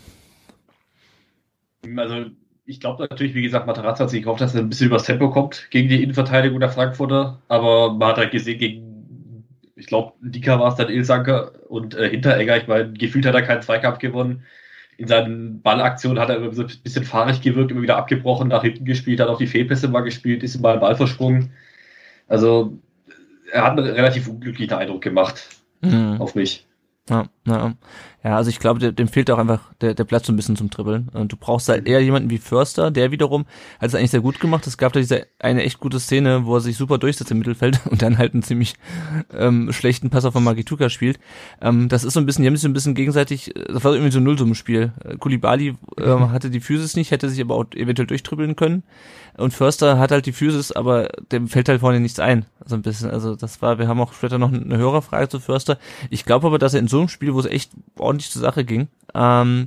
Also ich glaube natürlich, wie gesagt, Materazzi hat sich gehofft, dass er ein bisschen übers Tempo kommt gegen die Innenverteidigung der Frankfurter. Aber man hat halt gesehen, gegen, ich glaube, Dika war es dann, Ilsanker und Hinteregger. Ich meine, gefühlt hat er keinen Zweikampf gewonnen. In seinen Ballaktionen hat er immer so ein bisschen fahrig gewirkt, immer wieder abgebrochen, nach hinten gespielt, hat auch die Fehlpässe mal gespielt, ist mal im Ball versprungen. Also er hat einen relativ unglücklichen Eindruck gemacht auf mich. Ja, also ich glaube, dem fehlt auch einfach der Platz so ein bisschen zum Dribbeln. Und du brauchst halt eher jemanden wie Förster, der wiederum hat es eigentlich sehr gut gemacht. Es gab da eine echt gute Szene, wo er sich super durchsetzt im Mittelfeld und dann halt einen ziemlich schlechten Passer von Magituka spielt. Das ist so ein bisschen, die haben sich so ein bisschen gegenseitig, das war irgendwie so ein Nullsummenspiel. Koulibaly hatte die Physis nicht, hätte sich aber auch eventuell durchdribbeln können. Und Förster hat halt die Physis, aber dem fällt halt vorne nichts ein. So ein bisschen, also wir haben auch später noch eine Hörerfrage zu Förster. Ich glaube aber, dass er in so einem Spiel, wo es echt ordentlich zur Sache ging, war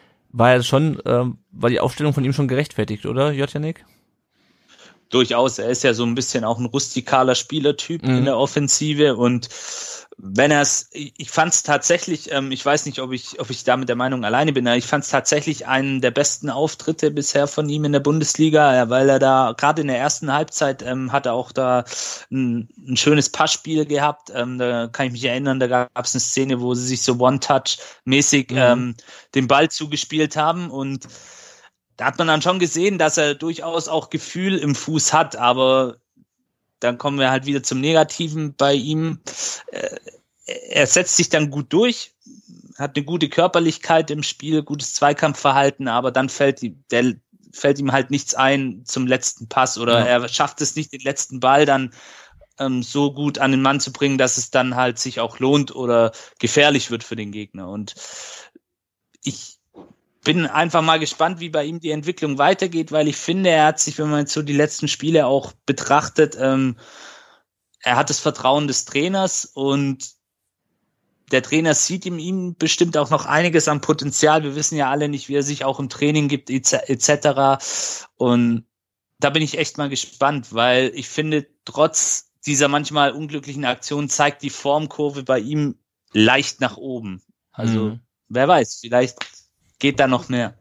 die Aufstellung von ihm schon gerechtfertigt, oder, Yannick? Durchaus, er ist ja so ein bisschen auch ein rustikaler Spielertyp in der Offensive und ich fand es tatsächlich, ich weiß nicht, ob ich da mit der Meinung alleine bin, aber ich fand es tatsächlich einen der besten Auftritte bisher von ihm in der Bundesliga, weil er da, gerade in der ersten Halbzeit, hat er auch da ein schönes Passspiel gehabt, da kann ich mich erinnern, da gab es eine Szene, wo sie sich so One-Touch-mäßig den Ball zugespielt haben und da hat man dann schon gesehen, dass er durchaus auch Gefühl im Fuß hat, aber dann kommen wir halt wieder zum Negativen bei ihm. Er setzt sich dann gut durch, hat eine gute Körperlichkeit im Spiel, gutes Zweikampfverhalten, aber dann fällt ihm halt nichts ein zum letzten Pass oder er schafft es nicht, den letzten Ball dann so gut an den Mann zu bringen, dass es dann halt sich auch lohnt oder gefährlich wird für den Gegner. Und ich bin einfach mal gespannt, wie bei ihm die Entwicklung weitergeht, weil ich finde, er hat sich, wenn man jetzt so die letzten Spiele auch betrachtet, er hat das Vertrauen des Trainers und der Trainer sieht in ihm bestimmt auch noch einiges an Potenzial. Wir wissen ja alle nicht, wie er sich auch im Training gibt, etc. Und da bin ich echt mal gespannt, weil ich finde, trotz dieser manchmal unglücklichen Aktion zeigt die Formkurve bei ihm leicht nach oben. Also, wer weiß, vielleicht geht da noch mehr.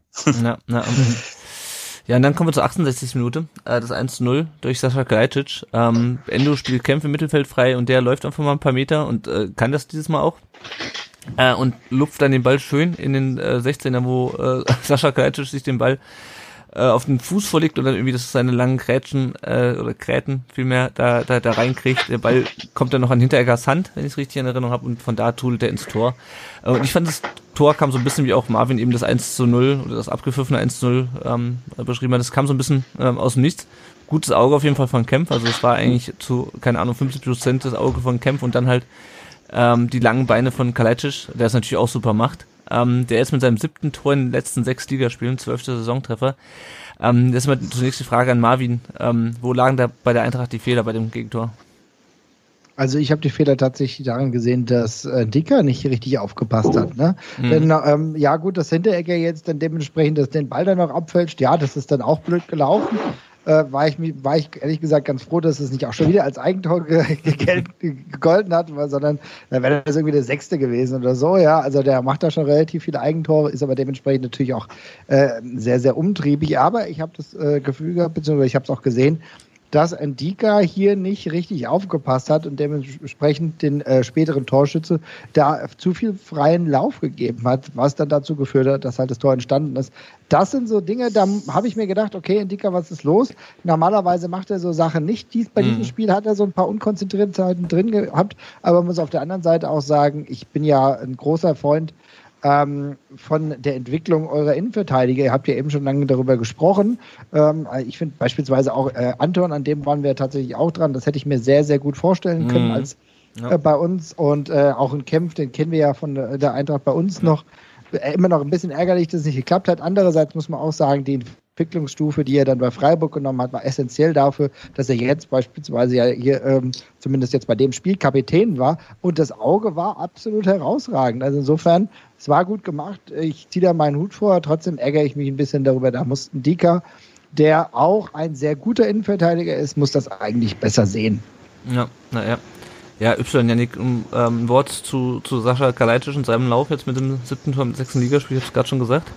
Ja, und dann kommen wir zur 68. Minute, das 1:0 durch Sascha Kalajdzic. Endo spielt Kempf im Mittelfeld frei und der läuft einfach mal ein paar Meter und kann das dieses Mal auch. Und lupft dann den Ball schön in den 16er, wo Sascha Kalajdzic sich den Ball auf den Fuß vorlegt und dann irgendwie das seine langen Grätschen oder Gräten vielmehr da reinkriegt. Der Ball kommt dann noch an Hintereggers Hand, wenn ich es richtig in Erinnerung habe, und von da trudelt er ins Tor. Und ich fand, das Tor kam so ein bisschen, wie auch Marvin eben das 1:0 oder das abgepfiffene 1:0 beschrieben hat. Das kam so ein bisschen aus dem Nichts. Gutes Auge auf jeden Fall von Kempf. Also es war eigentlich zu, 50% das Auge von Kempf und dann halt die langen Beine von Kalajdzic, der es natürlich auch super macht. Der ist mit seinem 7. Tor in den letzten 6 Ligaspielen, 12. Saisontreffer. Das ist mal zunächst die Frage an Marvin. Wo lagen da bei der Eintracht die Fehler bei dem Gegentor? Also ich habe die Fehler tatsächlich daran gesehen, dass Dicker nicht richtig aufgepasst hat. Ne? Denn ja gut, dass Hinteregger jetzt dann dementsprechend den Ball dann noch abfälscht, ja, das ist dann auch blöd gelaufen. War ich ehrlich gesagt ganz froh, dass es nicht auch schon wieder als Eigentor gegolten hat, sondern dann wäre das irgendwie der 6. gewesen oder so, ja. Also der macht da schon relativ viele Eigentore, ist aber dementsprechend natürlich auch sehr, sehr umtriebig. Aber ich habe das Gefühl gehabt, beziehungsweise ich habe es auch gesehen, dass Ndika hier nicht richtig aufgepasst hat und dementsprechend den späteren Torschütze da zu viel freien Lauf gegeben hat, was dann dazu geführt hat, dass halt das Tor entstanden ist. Das sind so Dinge, da habe ich mir gedacht, okay, Ndika, was ist los? Normalerweise macht er so Sachen nicht. Bei diesem Spiel hat er so ein paar unkonzentrierte Zeiten drin gehabt, aber man muss auf der anderen Seite auch sagen, ich bin ja ein großer Freund von der Entwicklung eurer Innenverteidiger. Ihr habt ja eben schon lange darüber gesprochen. Ich finde beispielsweise auch Anton, an dem waren wir tatsächlich auch dran. Das hätte ich mir sehr, sehr gut vorstellen können als bei uns. Und auch ein Kempf, den kennen wir ja von der Eintracht bei uns noch. Immer noch ein bisschen ärgerlich, dass es nicht geklappt hat. Andererseits muss man auch sagen, die Entwicklungsstufe, die er dann bei Freiburg genommen hat, war essentiell dafür, dass er jetzt beispielsweise ja hier zumindest jetzt bei dem Spiel Kapitän war und das Auge war absolut herausragend. Also insofern, es war gut gemacht. Ich ziehe da meinen Hut vor. Trotzdem ärgere ich mich ein bisschen darüber. Da muss ein Ndika, der auch ein sehr guter Innenverteidiger ist, muss das eigentlich besser sehen. Ja, naja. Ja, Janik, ein Wort zu Sascha Kalajdzic und seinem Lauf jetzt mit dem 7. Tor im 6. Ligaspiel, ich habe es gerade schon gesagt.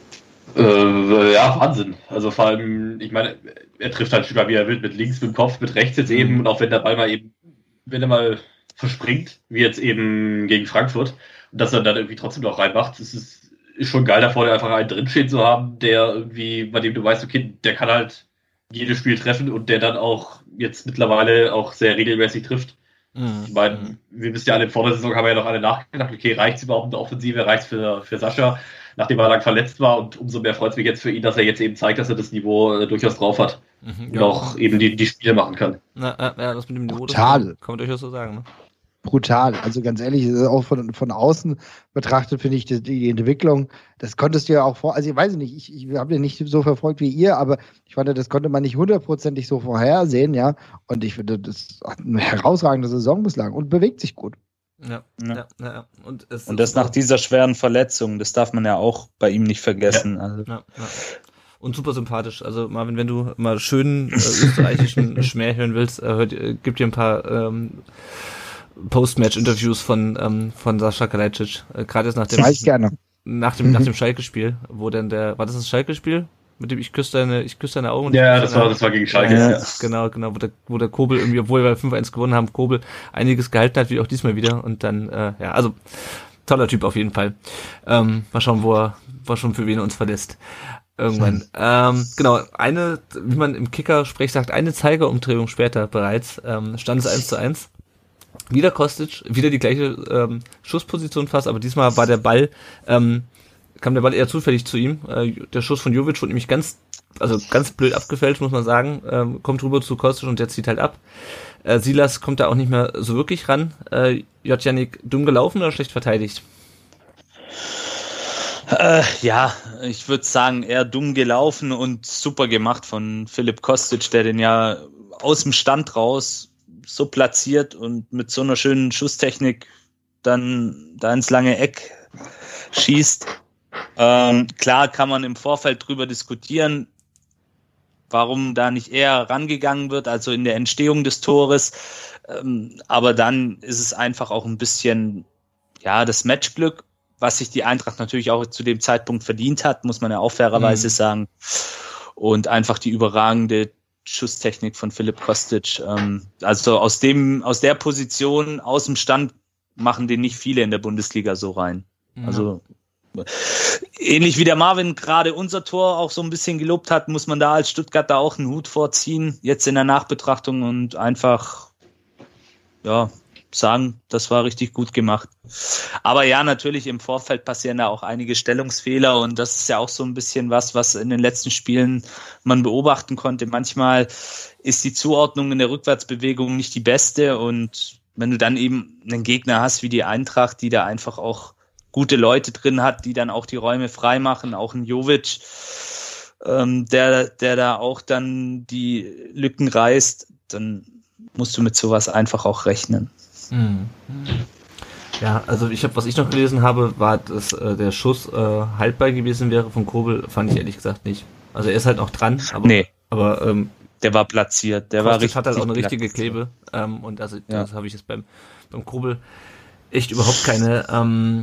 Ja, Wahnsinn. Also vor allem, ich meine, er trifft halt sogar wie er will, mit links, mit dem Kopf, mit rechts jetzt eben, und auch wenn der Ball mal eben, wenn er mal verspringt, wie jetzt eben gegen Frankfurt, und dass er dann irgendwie trotzdem noch reinmacht, das ist schon geil, da vorne einfach einen drinstehen zu haben, der irgendwie, bei dem du weißt, okay, der kann halt jedes Spiel treffen und der dann auch jetzt mittlerweile auch sehr regelmäßig trifft. Ich meine, wir wissen ja alle, vor der Saison haben wir ja noch alle nachgedacht, okay, reicht's überhaupt in der Offensive, reicht's für Sascha, nachdem er lang verletzt war, und umso mehr freut es mich jetzt für ihn, dass er jetzt eben zeigt, dass er das Niveau durchaus drauf hat und auch eben die Spiele machen kann. Ja, das mit dem Niveau, brutal. Das kann man durchaus so sagen, ne? Brutal, also ganz ehrlich, auch von außen betrachtet finde ich die Entwicklung, das konntest du ja auch also ich weiß nicht, ich habe den nicht so verfolgt wie ihr, aber ich fand, das konnte man nicht 100% so vorhersehen, ja, und ich finde, das hat eine herausragende Saison bislang und bewegt sich gut. Ja. Und das nach dieser schweren Verletzung, das darf man ja auch bei ihm nicht vergessen. Ja. Also. Ja. Und super sympathisch. Also Marvin, wenn du mal schönen österreichischen Schmäh hören willst, gib dir ein paar Post-Match-Interviews von Sascha Kalajdzic. Gerade jetzt nach dem Schalke-Spiel, wo dann war das Schalke-Spiel? Mit dem ich küsse deine Augen. Ja, das war gegen Schalke. Ja. Genau, wo der Kobel irgendwie, obwohl wir 5-1 gewonnen haben, Kobel einiges gehalten hat, wie auch diesmal wieder. Und dann, also toller Typ auf jeden Fall. Mal schauen, wo er schon für wen er uns verlässt. Irgendwann. Genau, wie man im Kicker-Sprech sagt, eine Zeigerumdrehung später bereits, stand es 1:1. Wieder Kostic, wieder die gleiche Schussposition fast, aber diesmal war der Ball, kam der Ball eher zufällig zu ihm. Der Schuss von Jovic wurde nämlich ganz blöd abgefälscht, muss man sagen. Kommt rüber zu Kostic und der zieht halt ab. Silas kommt da auch nicht mehr so wirklich ran. Janik, dumm gelaufen oder schlecht verteidigt? Ja, ich würde sagen, eher dumm gelaufen und super gemacht von Filip Kostic, der den ja aus dem Stand raus so platziert und mit so einer schönen Schusstechnik dann da ins lange Eck schießt. Klar kann man im Vorfeld drüber diskutieren, warum da nicht eher rangegangen wird, also in der Entstehung des Tores. Aber dann ist es einfach auch ein bisschen, ja, das Matchglück was sich die Eintracht natürlich auch zu dem Zeitpunkt verdient hat, muss man ja auch fairerweise sagen. Und einfach die überragende Schusstechnik von Filip Kostic. Also aus der Position, aus dem Stand, machen den nicht viele in der Bundesliga so rein. Also ähnlich wie der Marvin gerade unser Tor auch so ein bisschen gelobt hat, muss man da als Stuttgarter auch einen Hut vorziehen, jetzt in der Nachbetrachtung und einfach sagen, das war richtig gut gemacht. Aber ja, natürlich im Vorfeld passieren da auch einige Stellungsfehler und das ist ja auch so ein bisschen was in den letzten Spielen man beobachten konnte. Manchmal ist die Zuordnung in der Rückwärtsbewegung nicht die beste und wenn du dann eben einen Gegner hast wie die Eintracht, die da einfach auch gute Leute drin hat, die dann auch die Räume frei machen, auch ein Jovic, der da auch dann die Lücken reißt, dann musst du mit sowas einfach auch rechnen. Ja, also was ich noch gelesen habe, war, dass der Schuss haltbar gewesen wäre von Kobel, fand ich ehrlich gesagt nicht. Also er ist halt noch dran, aber der war platziert, der war richtig. Hat halt auch eine richtige Klebe und das habe ich jetzt beim Kobel echt überhaupt keinen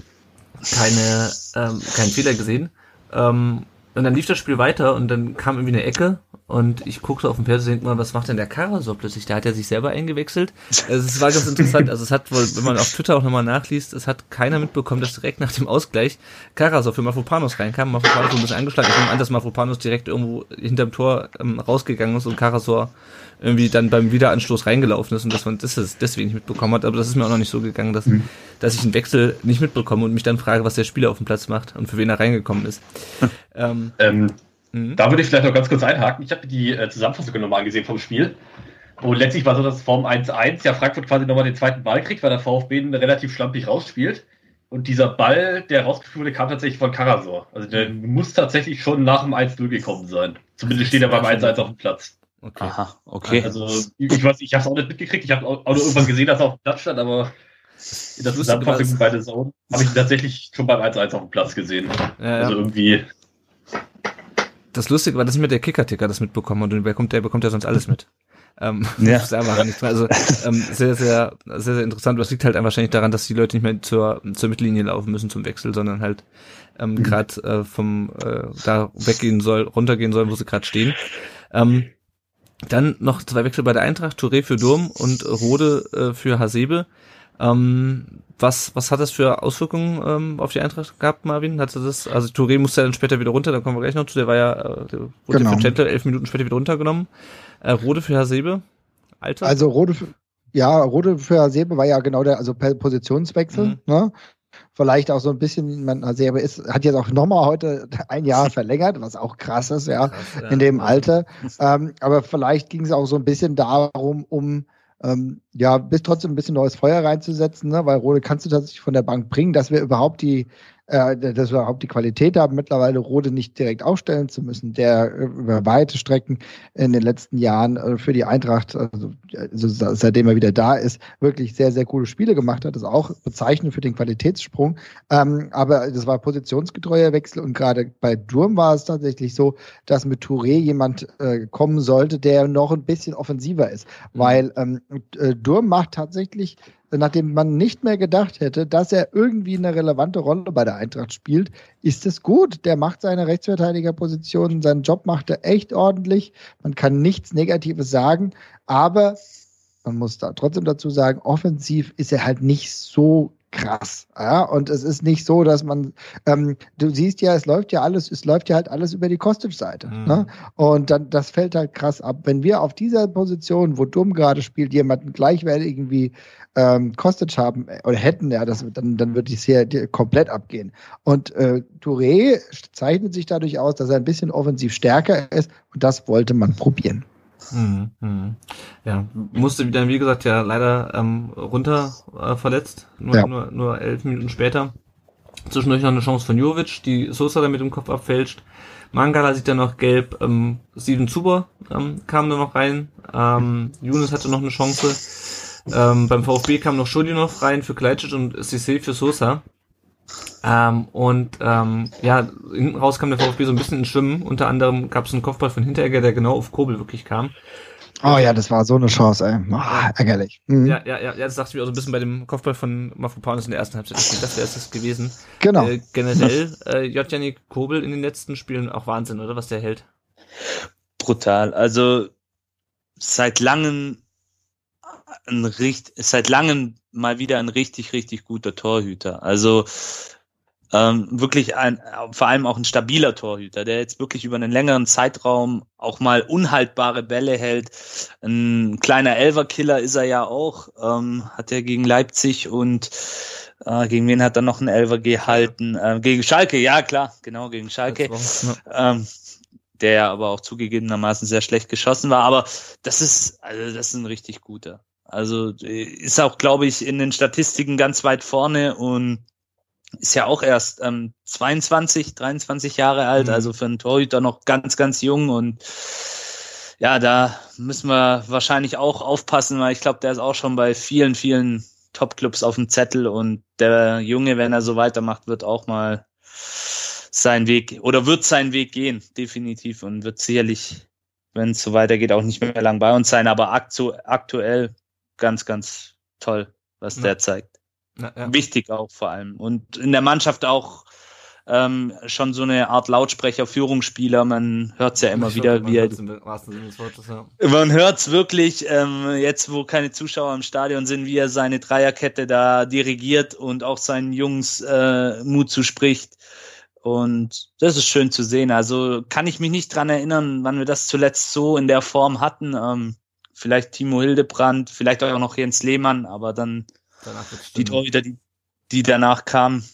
Fehler gesehen. Und dann lief das Spiel weiter und dann kam irgendwie eine Ecke und ich guckte auf dem Fernseher und denke mal, was macht denn der Karasor plötzlich? Da hat er sich selber eingewechselt. Also es war ganz interessant. Also es hat wohl, wenn man auf Twitter auch nochmal nachliest, es hat keiner mitbekommen, dass direkt nach dem Ausgleich Karasor für Mavropanos reinkam. Mavropanos wurde ein bisschen angeschlagen. Ich nehme an, dass Mavropanos direkt irgendwo hinterm Tor rausgegangen ist und Karasor irgendwie dann beim Wiederanstoß reingelaufen ist und dass man das deswegen nicht mitbekommen hat. Aber das ist mir auch noch nicht so gegangen, dass ich einen Wechsel nicht mitbekomme und mich dann frage, was der Spieler auf dem Platz macht und für wen er reingekommen ist. Da würde ich vielleicht noch ganz kurz einhaken. Ich habe die Zusammenfassung nochmal angesehen vom Spiel. Und letztlich war so, dass vorm 1-1 ja Frankfurt quasi nochmal den zweiten Ball kriegt, weil der VfB relativ schlampig rausspielt. Und dieser Ball, der rausgeführt wurde, kam tatsächlich von Karasor. Also der muss tatsächlich schon nach dem 1-0 gekommen sein. Zumindest steht er beim 1-1 auf dem Platz. Okay. Aha, okay. Also ich weiß, ich habe es auch nicht mitgekriegt. Ich habe auch nur irgendwann gesehen, dass er auf dem Platz stand, aber in der Zusammenfassung bei der Zone habe ich ihn tatsächlich schon beim 1-1 auf dem Platz gesehen. Ja. Also irgendwie. Das Lustige war, dass ich mit der Kicker-Ticker das mitbekommen und der bekommt ja sonst alles mit. Ist einfach nicht. Also sehr, sehr, sehr, sehr interessant. Das liegt halt wahrscheinlich daran, dass die Leute nicht mehr zur Mittellinie laufen müssen zum Wechsel, sondern halt gerade da runtergehen sollen, wo sie gerade stehen. Dann noch 2 Wechsel bei der Eintracht, Touré für Durm und Rode für Hasebe. Was hat das für Auswirkungen auf die Eintracht gehabt, Marvin? Also Touré musste dann später wieder runter, da kommen wir gleich noch zu, der wurde für Chandler 11 Minuten später wieder runtergenommen. Rode für Hasebe? Alter? Also Rode für Hasebe war ja genau der Positionswechsel, ne? Vielleicht auch so ein bisschen, Hasebe hat jetzt auch nochmal heute 1 Jahr verlängert, was auch krass ist, in dem Alter. Aber vielleicht ging es auch so ein bisschen darum, bis trotzdem ein bisschen neues Feuer reinzusetzen, ne? Weil Rode kannst du tatsächlich von der Bank bringen, dass wir überhaupt die Qualität haben, mittlerweile Rode nicht direkt aufstellen zu müssen, der über weite Strecken in den letzten Jahren für die Eintracht, also seitdem er wieder da ist, wirklich sehr, sehr coole Spiele gemacht hat. Das ist auch bezeichnend für den Qualitätssprung. Aber das war positionsgetreuer Wechsel und gerade bei Durm war es tatsächlich so, dass mit Touré jemand kommen sollte, der noch ein bisschen offensiver ist. Weil Durm macht tatsächlich, nachdem man nicht mehr gedacht hätte, dass er irgendwie eine relevante Rolle bei der Eintracht spielt, ist es gut. Der macht seine Rechtsverteidigerposition, seinen Job macht er echt ordentlich. Man kann nichts Negatives sagen, aber man muss da trotzdem dazu sagen, offensiv ist er halt nicht so krass. Ja? Und es ist nicht so, dass man, du siehst ja, es läuft ja halt alles über die Kostic-Seite. Ne? Und dann, das fällt halt krass ab. Wenn wir auf dieser Position, wo Durm gerade spielt, jemanden gleichwertig wie Kostic haben oder hätten, dann würde es hier komplett abgehen. Und Touré zeichnet sich dadurch aus, dass er ein bisschen offensiv stärker ist und das wollte man probieren. Ja, musste wieder, wie gesagt, ja leider runter verletzt, nur 11 Minuten später. Zwischendurch noch eine Chance von Jovic, die Sosa dann mit dem Kopf abfälscht. Mangala sieht dann noch gelb, Steven Zuber kam da noch rein, Younes hatte noch eine Chance, beim VfB kam noch Schodinov rein für Kalajdzic und Cissé für Sosa. Hinten raus kam der VfB so ein bisschen ins Schwimmen. Unter anderem gab es einen Kopfball von Hinteregger, der genau auf Kobel wirklich kam. Oh ja, das war so eine Chance, ey. Ärgerlich. Mhm. Ja, das dachte ich mir auch so ein bisschen bei dem Kopfball von Mafropanos in der ersten Halbzeit. Das wäre es gewesen. Genau. Generell, Yannick Kobel in den letzten Spielen auch Wahnsinn, oder? Was der hält. Brutal. Also, seit langem mal wieder ein richtig, richtig guter Torhüter. Also, wirklich vor allem auch ein stabiler Torhüter, der jetzt wirklich über einen längeren Zeitraum auch mal unhaltbare Bälle hält. Ein kleiner Elferkiller ist er ja auch, hat er gegen Leipzig und gegen wen hat er noch einen Elfer gehalten? Gegen Schalke, ja klar, genau, gegen Schalke. Der aber auch zugegebenermaßen sehr schlecht geschossen war, aber das ist ein richtig guter. Also ist auch, glaube ich, in den Statistiken ganz weit vorne und ist ja auch erst 23 Jahre alt, also für einen Torhüter noch ganz, ganz jung und ja, da müssen wir wahrscheinlich auch aufpassen, weil ich glaube, der ist auch schon bei vielen, vielen Top-Clubs auf dem Zettel und der Junge, wenn er so weitermacht, wird auch mal seinen Weg gehen, definitiv und wird sicherlich, wenn es so weitergeht, auch nicht mehr lang bei uns sein, aber aktuell ganz, ganz toll, was der zeigt. Ja. Wichtig auch vor allem. Und in der Mannschaft auch schon so eine Art Lautsprecher, Führungsspieler, man hört es ja immer wieder, wie man hört es wirklich, jetzt wo keine Zuschauer im Stadion sind, wie er seine Dreierkette da dirigiert und auch seinen Jungs Mut zuspricht. Und das ist schön zu sehen. Also kann ich mich nicht dran erinnern, wann wir das zuletzt so in der Form hatten. Vielleicht Timo Hildebrand, vielleicht auch noch Jens Lehmann, aber dann die Torhüter, die danach kamen.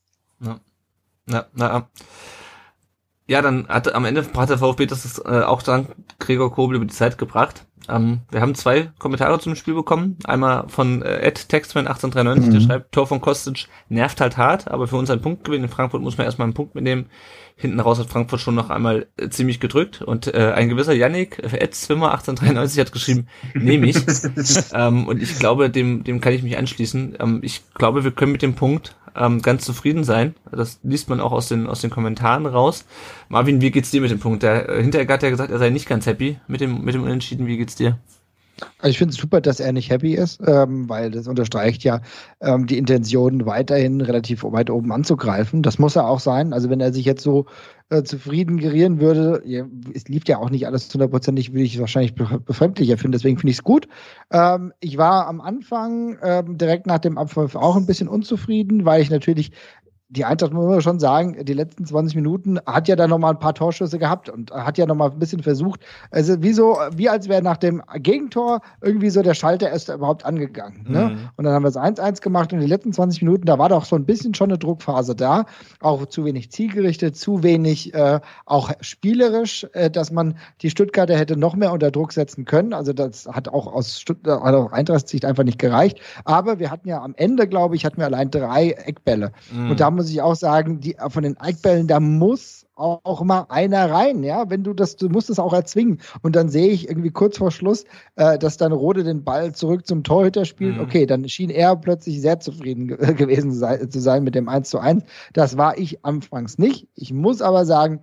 Ja, dann am Ende hat der VfB das auch dank Gregor Kobel über die Zeit gebracht. Wir haben 2 Kommentare zum Spiel bekommen. Einmal von @Textman1893, der schreibt, Tor von Kostic nervt halt hart, aber für uns ein Punktgewinn. In Frankfurt muss man erstmal einen Punkt mitnehmen. Hinten raus hat Frankfurt schon noch einmal ziemlich gedrückt. Und ein gewisser Yannick, @Swimmer1893 hat geschrieben, nehme ich. Und ich glaube, dem kann ich mich anschließen. Ich glaube, wir können mit dem Punkt ganz zufrieden sein. Das liest man auch aus den Kommentaren raus. Marvin, wie geht's dir mit dem Punkt? Der Hinteregger hat ja gesagt, er sei nicht ganz happy mit dem Unentschieden. Wie geht's dir? Ich finde es super, dass er nicht happy ist, weil das unterstreicht ja die Intention, weiterhin relativ weit oben anzugreifen. Das muss er auch sein. Also wenn er sich jetzt so zufrieden gerieren würde, es lief ja auch nicht alles 100%, würde ich wahrscheinlich befremdlicher finden. Deswegen finde ich es gut. Ich war am Anfang direkt nach dem Abpfiff auch ein bisschen unzufrieden, weil ich natürlich die Eintracht, muss man schon sagen, die letzten 20 Minuten hat ja dann nochmal ein paar Torschüsse gehabt und hat ja nochmal ein bisschen versucht, also wie als wäre nach dem Gegentor irgendwie so der Schalter erst überhaupt angegangen. Ne? Und dann haben wir es 1-1 gemacht und die letzten 20 Minuten, da war doch so ein bisschen schon eine Druckphase da, auch zu wenig zielgerichtet, zu wenig auch spielerisch, dass man die Stuttgarter hätte noch mehr unter Druck setzen können. Also das hat auch aus Eintracht-Sicht einfach nicht gereicht. Aber wir hatten ja am Ende, glaube ich, allein 3 Eckbälle. Und da muss ich auch sagen, von den Eckbällen, da muss auch mal einer rein, ja, du musst es auch erzwingen. Und dann sehe ich irgendwie kurz vor Schluss, dass dann Rode den Ball zurück zum Torhüter spielt. Okay, dann schien er plötzlich sehr zufrieden gewesen zu sein mit dem 1:1. Das war ich anfangs nicht. Ich muss aber sagen,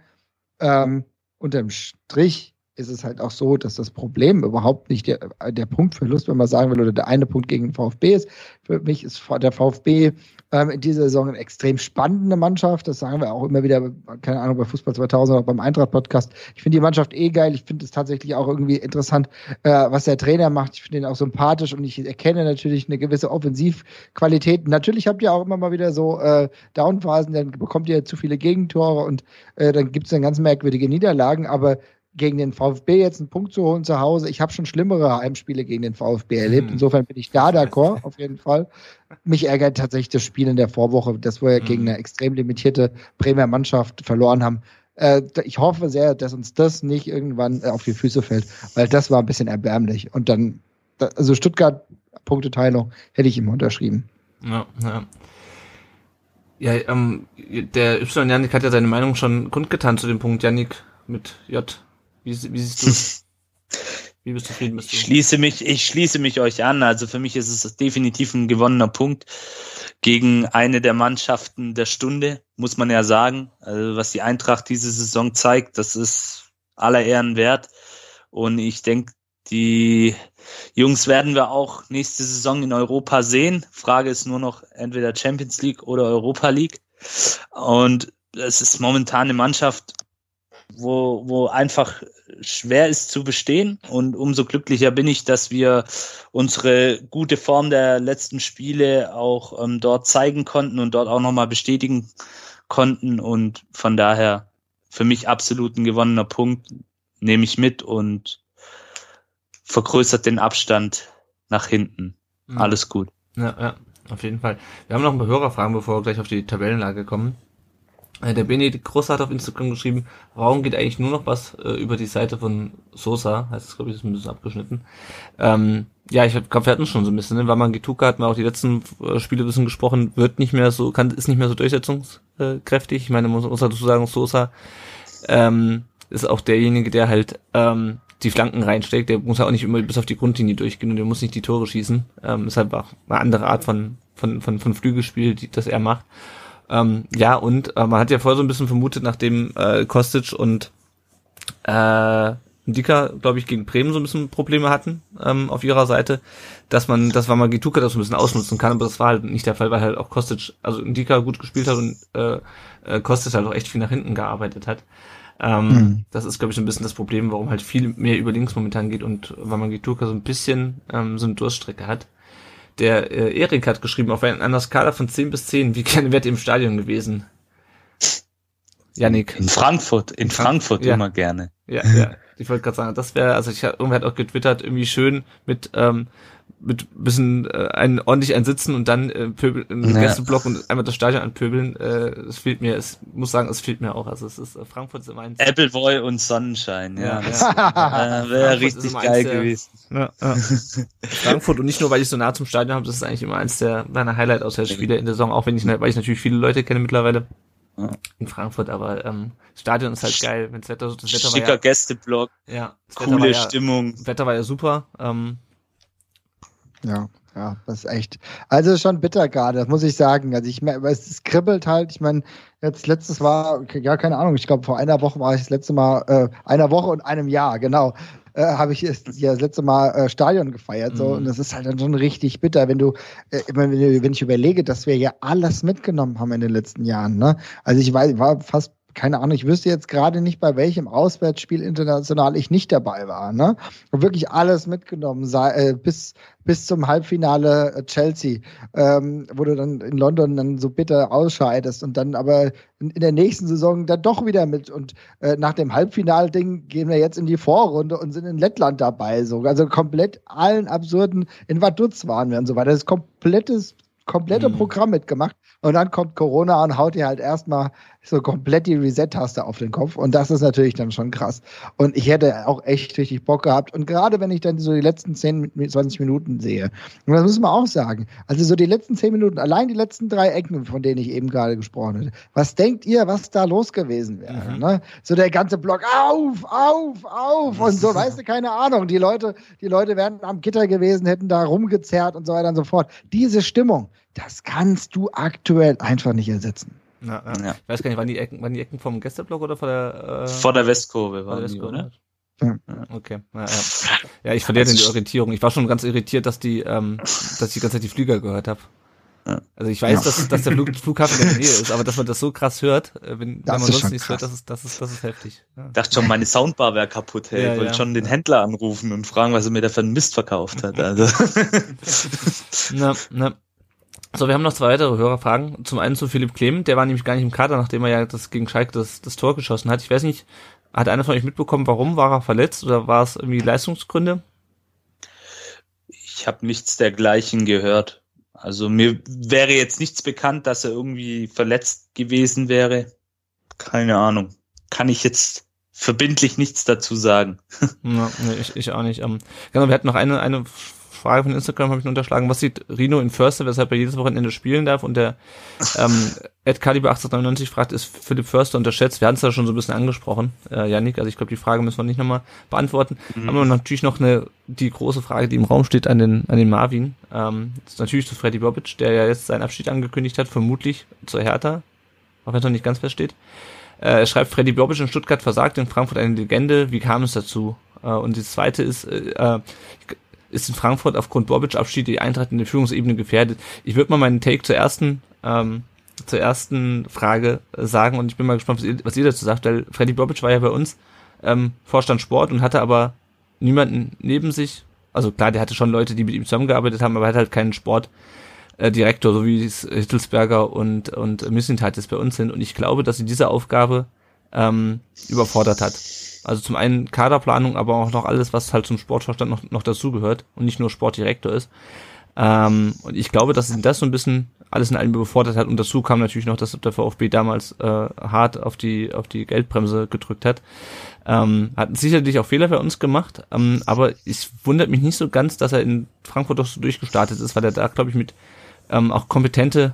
unterm Strich ist es halt auch so, dass das Problem überhaupt nicht der Punktverlust, wenn man sagen will, oder der eine Punkt gegen den VfB ist. Für mich ist der VfB in dieser Saison eine extrem spannende Mannschaft. Das sagen wir auch immer wieder, keine Ahnung, bei Fußball 2000 oder beim Eintracht-Podcast. Ich finde die Mannschaft geil. Ich finde es tatsächlich auch irgendwie interessant, was der Trainer macht. Ich finde ihn auch sympathisch und ich erkenne natürlich eine gewisse Offensivqualität. Natürlich habt ihr auch immer mal wieder so Downphasen, dann bekommt ihr zu viele Gegentore und dann gibt es dann ganz merkwürdige Niederlagen, aber gegen den VfB jetzt einen Punkt zu holen zu Hause. Ich habe schon schlimmere Heimspiele gegen den VfB erlebt. Insofern bin ich da d'accord, auf jeden Fall. Mich ärgert tatsächlich das Spiel in der Vorwoche, dass wir gegen eine extrem limitierte Bremer Mannschaft verloren haben. Ich hoffe sehr, dass uns das nicht irgendwann auf die Füße fällt, weil das war ein bisschen erbärmlich. Und dann, also Stuttgart, Punkteteilung, hätte ich immer unterschrieben. Ja. Ja, der Yannick hat ja seine Meinung schon kundgetan zu dem Punkt. Yannick mit J. Wie siehst du? Wie zufrieden bist du? Ich schließe mich euch an. Also für mich ist es definitiv ein gewonnener Punkt gegen eine der Mannschaften der Stunde, muss man ja sagen. Also was die Eintracht diese Saison zeigt, das ist aller Ehren wert. Und ich denke, Die Jungs werden wir auch nächste Saison in Europa sehen. Frage ist nur noch entweder Champions League oder Europa League. Und es ist momentan eine Mannschaft, wo einfach schwer ist zu bestehen. Und umso glücklicher bin ich, dass wir unsere gute Form der letzten Spiele auch dort zeigen konnten und dort auch nochmal bestätigen konnten. Und von daher für mich absolut ein gewonnener Punkt, nehme ich mit und vergrößert den Abstand nach hinten. Alles gut. Ja, auf jeden Fall. Wir haben noch ein paar Hörerfragen, bevor wir gleich auf die Tabellenlage kommen. Der Benedikt Groß hat auf Instagram geschrieben, warum geht eigentlich nur noch was über die Seite von Sosa, heißt es, glaube ich, ist ein bisschen abgeschnitten. Ja, ich glaube, wir hatten es schon so ein bisschen, ne? Weil man Gituka hat man auch die letzten Spiele ein bisschen gesprochen, ist nicht mehr so durchsetzungskräftig. Ich meine, man muss dazu sagen, Sosa ist auch derjenige, der halt die Flanken reinsteckt, der muss ja auch nicht immer bis auf die Grundlinie durchgehen und der muss nicht die Tore schießen. Ist halt auch eine andere Art von Flügelspiel, das er macht. Ja, und man hat ja vorher so ein bisschen vermutet, nachdem Kostic und Ndika, glaube ich, gegen Bremen so ein bisschen Probleme hatten auf ihrer Seite, dass man Gituka das so ein bisschen ausnutzen kann, aber das war halt nicht der Fall, weil halt auch Kostic, also Ndika gut gespielt hat und Kostic halt auch echt viel nach hinten gearbeitet hat. Das ist, glaube ich, so ein bisschen das Problem, warum halt viel mehr über links momentan geht und weil man Gituka so ein bisschen so eine Durststrecke hat. Der Erik hat geschrieben, auf einer Skala von 10 bis 10, wie gerne wärt ihr im Stadion gewesen? Yannick. In Frankfurt ja. Immer gerne. Ja. Ich wollte gerade sagen, das wäre, also irgendwer hat auch getwittert, irgendwie schön mit bisschen ordentlich ein Sitzen und dann Pöbel im Gästeblock und einmal das Stadion anpöbeln. Es fehlt mir auch. Also es ist Frankfurt ist immer eins. Appleboy und Sonnenschein, ja. Wäre richtig geil gewesen. Ja. Frankfurt und nicht nur, weil ich so nah zum Stadion habe, das ist eigentlich immer eins meiner Highlight-Auswärtsspiele in der Saison, auch weil ich natürlich viele Leute kenne mittlerweile in Frankfurt, aber das Stadion ist halt geil, wenn das Wetter schicker war ja, Gästeblock, coole Stimmung. Das Wetter war ja super. Ja, das ist echt. Also schon bitter gerade, das muss ich sagen. Also es kribbelt halt. Ich meine, jetzt letztes war, ja, keine Ahnung, ich glaube vor einer Woche war ich das letzte Mal, einer Woche und einem Jahr, genau, habe ich das letzte Mal Stadion gefeiert. So, und das ist halt dann schon richtig bitter, wenn ich überlege, dass wir ja alles mitgenommen haben in den letzten Jahren. Ne? Also ich war fast, keine Ahnung, ich wüsste jetzt gerade nicht, bei welchem Auswärtsspiel international ich nicht dabei war. Ne? Und wirklich alles mitgenommen, bis zum Halbfinale Chelsea, wo du dann in London dann so bitter ausscheidest und dann aber in der nächsten Saison dann doch wieder mit. Und nach dem Halbfinalding gehen wir jetzt in die Vorrunde und sind in Lettland dabei. So. Also komplett allen absurden, in Vaduz waren wir und so weiter. Das ist komplette Programm mitgemacht. Und dann kommt Corona und haut dir halt erstmal so komplett die Reset-Taste auf den Kopf. Und das ist natürlich dann schon krass. Und ich hätte auch echt richtig Bock gehabt. Und gerade wenn ich dann so die letzten 10, 20 Minuten sehe, und das muss man auch sagen, also so die letzten 10 Minuten, allein die letzten 3 Ecken, von denen ich eben gerade gesprochen hatte, was denkt ihr, was da los gewesen wäre? Ne? So der ganze Block, auf! Und so, weißt du, keine Ahnung. Die Leute wären am Gitter gewesen, hätten da rumgezerrt und so weiter und so fort. Diese Stimmung, das kannst du aktuell einfach nicht ersetzen. Ja. Ich weiß gar nicht, waren die Ecken vom Gästeblock oder vor der Westkurve waren die, oder? Ja. Okay. Ja, ich verliere die Orientierung. Ich war schon ganz irritiert, dass ich die ganze Zeit die Flieger gehört habe. Ja. Also ich weiß, dass der Flughafen in der Nähe ist, aber dass man das so krass hört, wenn man sonst nichts hört, das ist heftig. Ja. Ich dachte schon, meine Soundbar wäre kaputt, hey. Ich wollte schon den Händler anrufen und fragen, was er mir da für einen Mist verkauft hat. Also. Na. So, wir haben noch 2 weitere Hörerfragen. Zum einen zu Philipp Klehm, der war nämlich gar nicht im Kader, nachdem er ja gegen Schalke das Tor geschossen hat. Ich weiß nicht, hat einer von euch mitbekommen, warum? War er verletzt oder war es irgendwie Leistungsgründe? Ich habe nichts dergleichen gehört. Also mir wäre jetzt nichts bekannt, dass er irgendwie verletzt gewesen wäre. Keine Ahnung. Kann ich jetzt verbindlich nichts dazu sagen. Ja, ich auch nicht. Genau, wir hatten noch eine Frage von Instagram, habe ich unterschlagen. Was sieht Rino in Förster, weshalb er jedes Wochenende spielen darf? Und der @Caliber1899 fragt, ist Philipp Förster unterschätzt? Wir hatten es ja schon so ein bisschen angesprochen, Yannick. Also ich glaube, die Frage müssen wir nicht nochmal beantworten. Haben wir natürlich noch die große Frage, die im Raum steht, an den Marvin. Das ist natürlich zu Freddy Bobic, der ja jetzt seinen Abschied angekündigt hat, vermutlich zur Hertha, auch wenn es noch nicht ganz feststeht. Er schreibt, Freddy Bobic in Stuttgart versagt, in Frankfurt eine Legende. Wie kam es dazu? Und das zweite ist in Frankfurt aufgrund Bobic-Abschied die Eintracht in der Führungsebene gefährdet. Ich würde mal meinen Take zur ersten Frage sagen und ich bin mal gespannt, was ihr dazu sagt, weil Freddy Bobic war ja bei uns Vorstand Sport und hatte aber niemanden neben sich. Also klar, der hatte schon Leute, die mit ihm zusammengearbeitet haben, aber er hat halt keinen Sportdirektor, so wie es Hittelsberger und Mislintat jetzt bei uns sind. Und ich glaube, dass sie diese Aufgabe überfordert hat. Also zum einen Kaderplanung, aber auch noch alles, was halt zum Sportvorstand noch dazugehört und nicht nur Sportdirektor ist. Und ich glaube, dass ihn das so ein bisschen alles in allem überfordert hat. Und dazu kam natürlich noch, dass der VfB damals hart auf die Geldbremse gedrückt hat. Hat sicherlich auch Fehler bei uns gemacht, aber es wundert mich nicht so ganz, dass er in Frankfurt doch so durchgestartet ist, weil er da, glaube ich, mit auch kompetente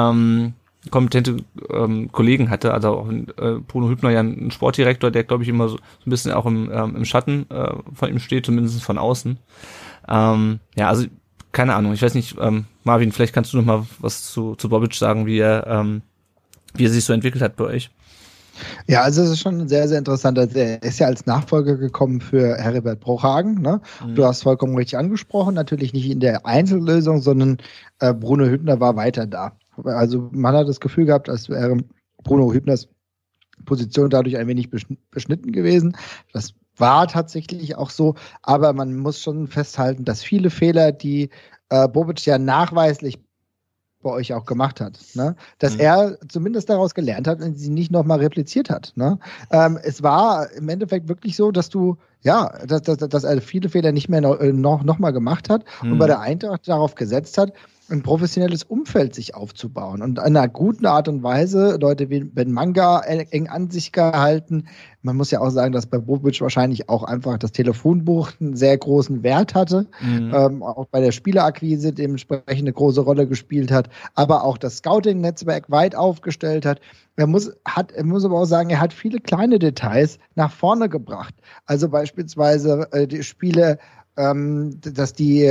Kollegen hatte, also auch Bruno Hübner ja ein Sportdirektor, der glaube ich immer so ein bisschen auch im Schatten von ihm steht, zumindest von außen. Ja, also keine Ahnung, ich weiß nicht, Marvin, vielleicht kannst du noch mal was zu Bobic sagen, wie er sich so entwickelt hat bei euch. Ja, also es ist schon sehr, sehr interessant. Er ist ja als Nachfolger gekommen für Heribert Bruchhagen. Ne? Mhm. Du hast vollkommen richtig angesprochen, natürlich nicht in der Einzellösung, sondern Bruno Hübner war weiter da. Also man hat das Gefühl gehabt, als wäre Bruno Hübners Position dadurch ein wenig beschnitten gewesen. Das war tatsächlich auch so, aber man muss schon festhalten, dass viele Fehler, die Bobic ja nachweislich bei euch auch gemacht hat, ne? Dass er zumindest daraus gelernt hat und sie nicht nochmal repliziert hat. Ne? Es war im Endeffekt wirklich so, dass dass er viele Fehler nicht mehr noch mal gemacht hat und bei der Eintracht darauf gesetzt hat, ein professionelles Umfeld sich aufzubauen und in einer guten Art und Weise Leute wie Ben Manga eng an sich gehalten. Man muss ja auch sagen, dass bei Bobic wahrscheinlich auch einfach das Telefonbuch einen sehr großen Wert hatte, auch bei der Spielerakquise dementsprechend eine große Rolle gespielt hat, aber auch das Scouting-Netzwerk weit aufgestellt hat. Er muss aber auch sagen, er hat viele kleine Details nach vorne gebracht. Also beispielsweise die Spiele, dass die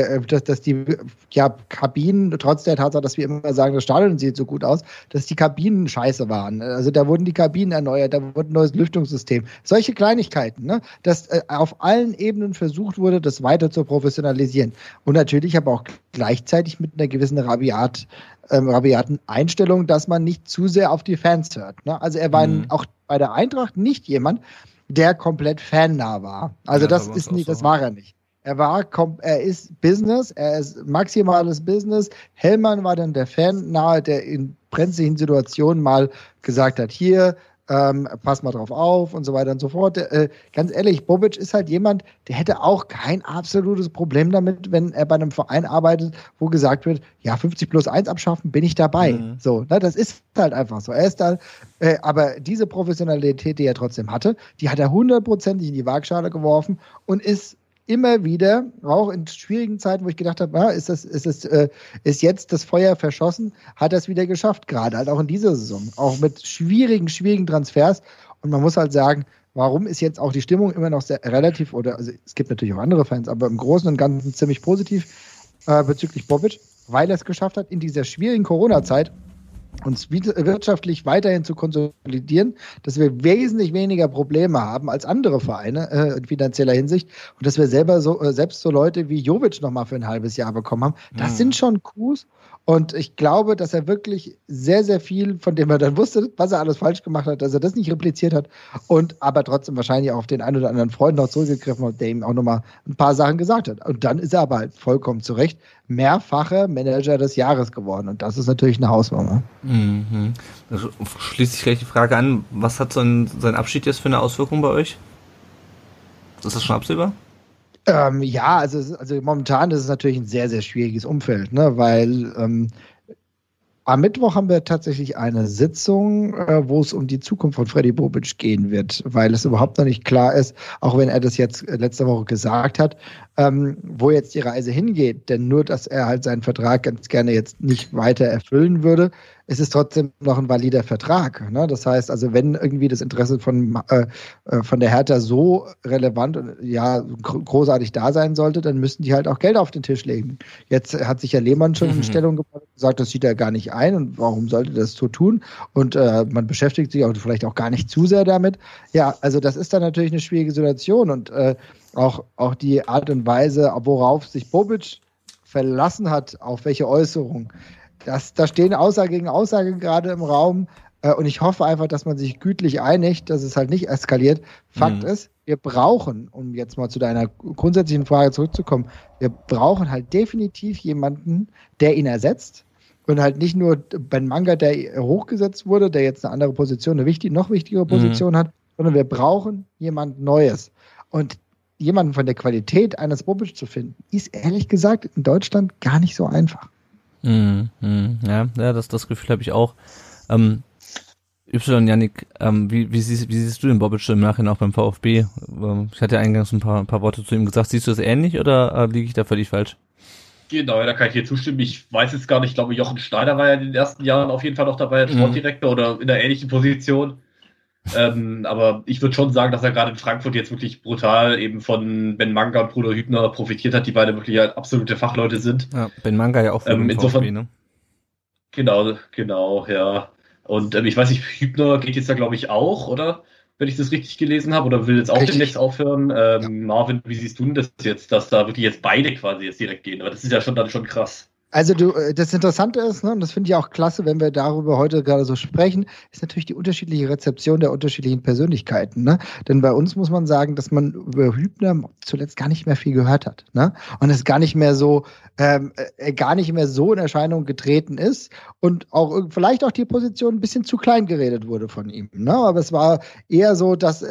Kabinen, trotz der Tatsache, dass wir immer sagen, das Stadion sieht so gut aus, dass die Kabinen scheiße waren. Also da wurden die Kabinen erneuert, da wurde ein neues Lüftungssystem. Solche Kleinigkeiten, ne? Dass auf allen Ebenen versucht wurde, das weiter zu professionalisieren. Und natürlich aber auch gleichzeitig mit einer gewissen rabiaten Einstellung, dass man nicht zu sehr auf die Fans hört. Ne? Also er war auch bei der Eintracht nicht jemand, der komplett fannah war. Also ja, das war er nicht. Er ist Business, er ist maximales Business. Hellmann war dann der Fan nahe, der in brenzlichen Situationen mal gesagt hat, hier, pass mal drauf auf und so weiter und so fort. Ganz ehrlich, Bobic ist halt jemand, der hätte auch kein absolutes Problem damit, wenn er bei einem Verein arbeitet, wo gesagt wird, ja, 50+1 abschaffen, bin ich dabei. So, ne, das ist halt einfach so. Er ist da, aber diese Professionalität, die er trotzdem hatte, die hat er 100% in die Waagschale geworfen und ist immer wieder, auch in schwierigen Zeiten, wo ich gedacht habe, ist jetzt das Feuer verschossen, hat er es wieder geschafft, gerade halt auch in dieser Saison, auch mit schwierigen Transfers. Und man muss halt sagen, warum ist jetzt auch die Stimmung immer noch sehr relativ, also es gibt natürlich auch andere Fans, aber im Großen und Ganzen ziemlich positiv bezüglich Bobic, weil er es geschafft hat, in dieser schwierigen Corona-Zeit uns wirtschaftlich weiterhin zu konsolidieren, dass wir wesentlich weniger Probleme haben als andere Vereine in finanzieller Hinsicht und dass wir selbst so Leute wie Jovic nochmal für ein halbes Jahr bekommen haben. Das sind schon Coups und ich glaube, dass er wirklich sehr, sehr viel, von dem er dann wusste, was er alles falsch gemacht hat, dass er das nicht repliziert hat und aber trotzdem wahrscheinlich auch auf den einen oder anderen Freund noch zurückgegriffen hat, der ihm auch nochmal ein paar Sachen gesagt hat. Und dann ist er aber halt vollkommen zu Recht mehrfacher Manager des Jahres geworden. Und das ist natürlich eine Hausnummer. Mhm. Also schließt sich gleich die Frage an, was hat sein Abschied jetzt für eine Auswirkung bei euch? Ist das schon absehbar? Ja, also momentan ist es natürlich ein sehr, sehr schwieriges Umfeld, ne? Weil am Mittwoch haben wir tatsächlich eine Sitzung, wo es um die Zukunft von Freddy Bobic gehen wird, weil es überhaupt noch nicht klar ist, auch wenn er das jetzt letzte Woche gesagt hat, wo jetzt die Reise hingeht. Denn nur, dass er halt seinen Vertrag ganz gerne jetzt nicht weiter erfüllen würde, ist es trotzdem noch ein valider Vertrag. Ne? Das heißt, also wenn irgendwie das Interesse von der Hertha so relevant und großartig da sein sollte, dann müssten die halt auch Geld auf den Tisch legen. Jetzt hat sich ja Lehmann schon in Stellung gebracht und gesagt, das sieht er gar nicht ein und warum sollte das so tun? Und man beschäftigt sich auch vielleicht auch gar nicht zu sehr damit. Ja, also das ist dann natürlich eine schwierige Situation und auch die Art und Weise, worauf sich Bobic verlassen hat, auf welche Äußerung. Da stehen Aussage gegen Aussage gerade im Raum und ich hoffe einfach, dass man sich gütlich einigt, dass es halt nicht eskaliert. Fakt ist, wir brauchen, um jetzt mal zu deiner grundsätzlichen Frage zurückzukommen, wir brauchen halt definitiv jemanden, der ihn ersetzt und halt nicht nur Ben Manga, der hochgesetzt wurde, der jetzt eine andere Position, eine noch wichtigere Position hat, sondern wir brauchen jemand Neues. Und jemanden von der Qualität eines Bobic zu finden, ist ehrlich gesagt in Deutschland gar nicht so einfach. Ja, das Gefühl habe ich auch. Yannick, wie siehst du den Bobic im Nachhinein auch beim VfB? Ich hatte ja eingangs ein paar Worte zu ihm gesagt. Siehst du das ähnlich oder liege ich da völlig falsch? Genau, da kann ich dir zustimmen. Ich weiß jetzt gar nicht, ich glaube, Jochen Schneider war ja in den ersten Jahren auf jeden Fall noch dabei als Sportdirektor oder in einer ähnlichen Position. Aber ich würde schon sagen, dass er gerade in Frankfurt jetzt wirklich brutal eben von Ben Manga und Bruno Hübner profitiert hat, die beide wirklich halt absolute Fachleute sind. Ja, Ben Manga ja auch für den insofern, VfB, ne? Genau, ja. Und ich weiß nicht, Hübner geht jetzt da, glaube ich, auch, oder? Wenn ich das richtig gelesen habe, oder will jetzt auch demnächst aufhören. Marvin, wie siehst du denn das jetzt, dass da wirklich jetzt beide quasi jetzt direkt gehen? Aber das ist ja dann schon krass. Also das Interessante ist, ne, und das finde ich auch klasse, wenn wir darüber heute gerade so sprechen, ist natürlich die unterschiedliche Rezeption der unterschiedlichen Persönlichkeiten. Ne? Denn bei uns muss man sagen, dass man über Hübner zuletzt gar nicht mehr viel gehört hat. Ne? Und es gar nicht mehr so in Erscheinung getreten ist und auch vielleicht auch die Position ein bisschen zu klein geredet wurde von ihm. Ne? Aber es war eher so, dass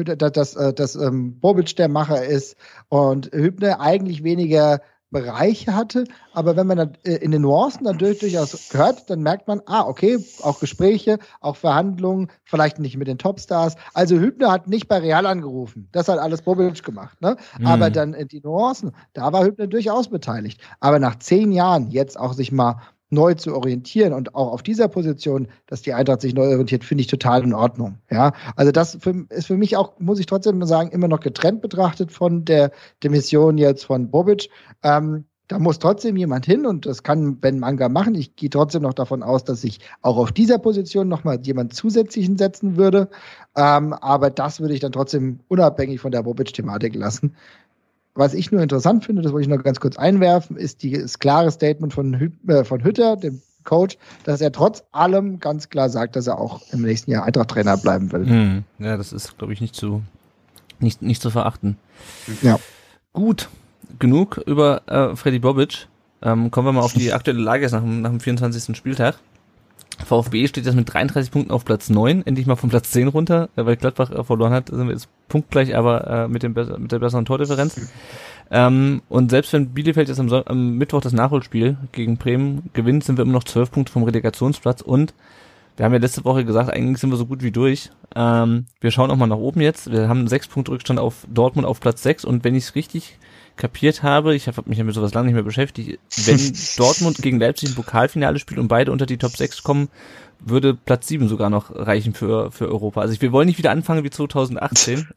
Bobic der Macher ist und Hübner eigentlich weniger Bereiche hatte, aber wenn man dann in den Nuancen dann durchaus hört, dann merkt man, okay, auch Gespräche, auch Verhandlungen, vielleicht nicht mit den Topstars. Also Hübner hat nicht bei Real angerufen, das hat alles Bobic gemacht, ne? Aber dann die Nuancen, da war Hübner durchaus beteiligt. Aber nach 10 Jahren jetzt auch sich mal neu zu orientieren und auch auf dieser Position, dass die Eintracht sich neu orientiert, finde ich total in Ordnung. Ja, also das ist für mich auch, muss ich trotzdem sagen, immer noch getrennt betrachtet von der Mission jetzt von Bobic. Da muss trotzdem jemand hin und das kann Ben Manga machen. Ich gehe trotzdem noch davon aus, dass ich auch auf dieser Position nochmal jemand zusätzlichen setzen würde. Aber das würde ich dann trotzdem unabhängig von der Bobic-Thematik lassen. Was ich nur interessant finde, das wollte ich noch ganz kurz einwerfen, ist das klare Statement von Hütter, dem Coach, dass er trotz allem ganz klar sagt, dass er auch im nächsten Jahr Eintracht-Trainer bleiben will. Ja, das ist, glaube ich, nicht zu verachten. Ja. Gut, genug über Freddy Bobic. Kommen wir mal auf die aktuelle Lage jetzt nach dem 24. Spieltag. VfB steht jetzt mit 33 Punkten auf Platz 9, endlich mal von Platz 10 runter, weil Gladbach verloren hat, sind wir jetzt punktgleich, aber mit der besseren Tordifferenz. Und selbst wenn Bielefeld jetzt am Mittwoch das Nachholspiel gegen Bremen gewinnt, sind wir immer noch 12 Punkte vom Relegationsplatz und wir haben ja letzte Woche gesagt, eigentlich sind wir so gut wie durch. Wir schauen auch mal nach oben jetzt. Wir haben einen 6 Punkte Rückstand auf Dortmund auf Platz 6 und wenn ich es richtig kapiert habe, ich habe mich ja mit sowas lange nicht mehr beschäftigt, wenn Dortmund gegen Leipzig ein Pokalfinale spielt und beide unter die Top 6 kommen, würde Platz 7 sogar noch reichen für Europa. Also wir wollen nicht wieder anfangen wie 2018.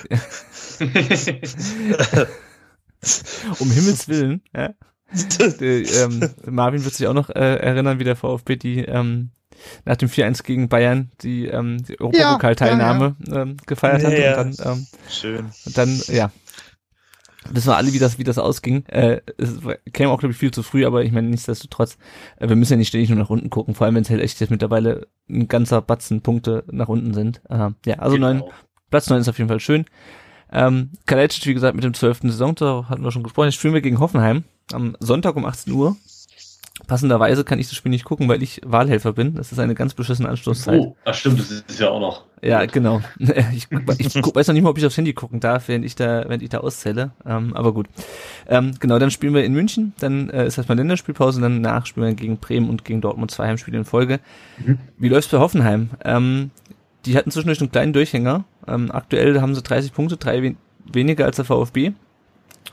Um Himmels Willen. Ja. Marvin wird sich auch noch erinnern, wie der VfB nach dem 4-1 gegen Bayern die Europapokalteilnahme gefeiert hat. Und dann, schön. Und dann, ja. Das war alle, wie das ausging. Es käme auch, glaube ich, viel zu früh, aber ich meine, nichtsdestotrotz, wir müssen ja nicht ständig nur nach unten gucken, vor allem wenn es halt echt jetzt mittlerweile ein ganzer Batzen Punkte nach unten sind. Ja, also genau. Platz 9 ist auf jeden Fall schön. Kalajdzic, wie gesagt, mit dem 12. Saisontor hatten wir schon gesprochen. Jetzt spielen wir gegen Hoffenheim am Sonntag um 18 Uhr. Passenderweise kann ich das Spiel nicht gucken, weil ich Wahlhelfer bin. Das ist eine ganz beschissene Anstoßzeit. Oh, das stimmt, das ist ja auch noch. Ja, genau. Ich weiß noch nicht mal, ob ich aufs Handy gucken darf, während ich da auszähle. Aber gut. Genau, dann spielen wir in München. Dann ist erstmal Länderspielpause. Dann danach spielen wir gegen Bremen und gegen Dortmund 2 Heimspiele in Folge. Wie läuft's für Hoffenheim? Die hatten zwischendurch einen kleinen Durchhänger. Aktuell haben sie 30 Punkte, 3 weniger als der VfB.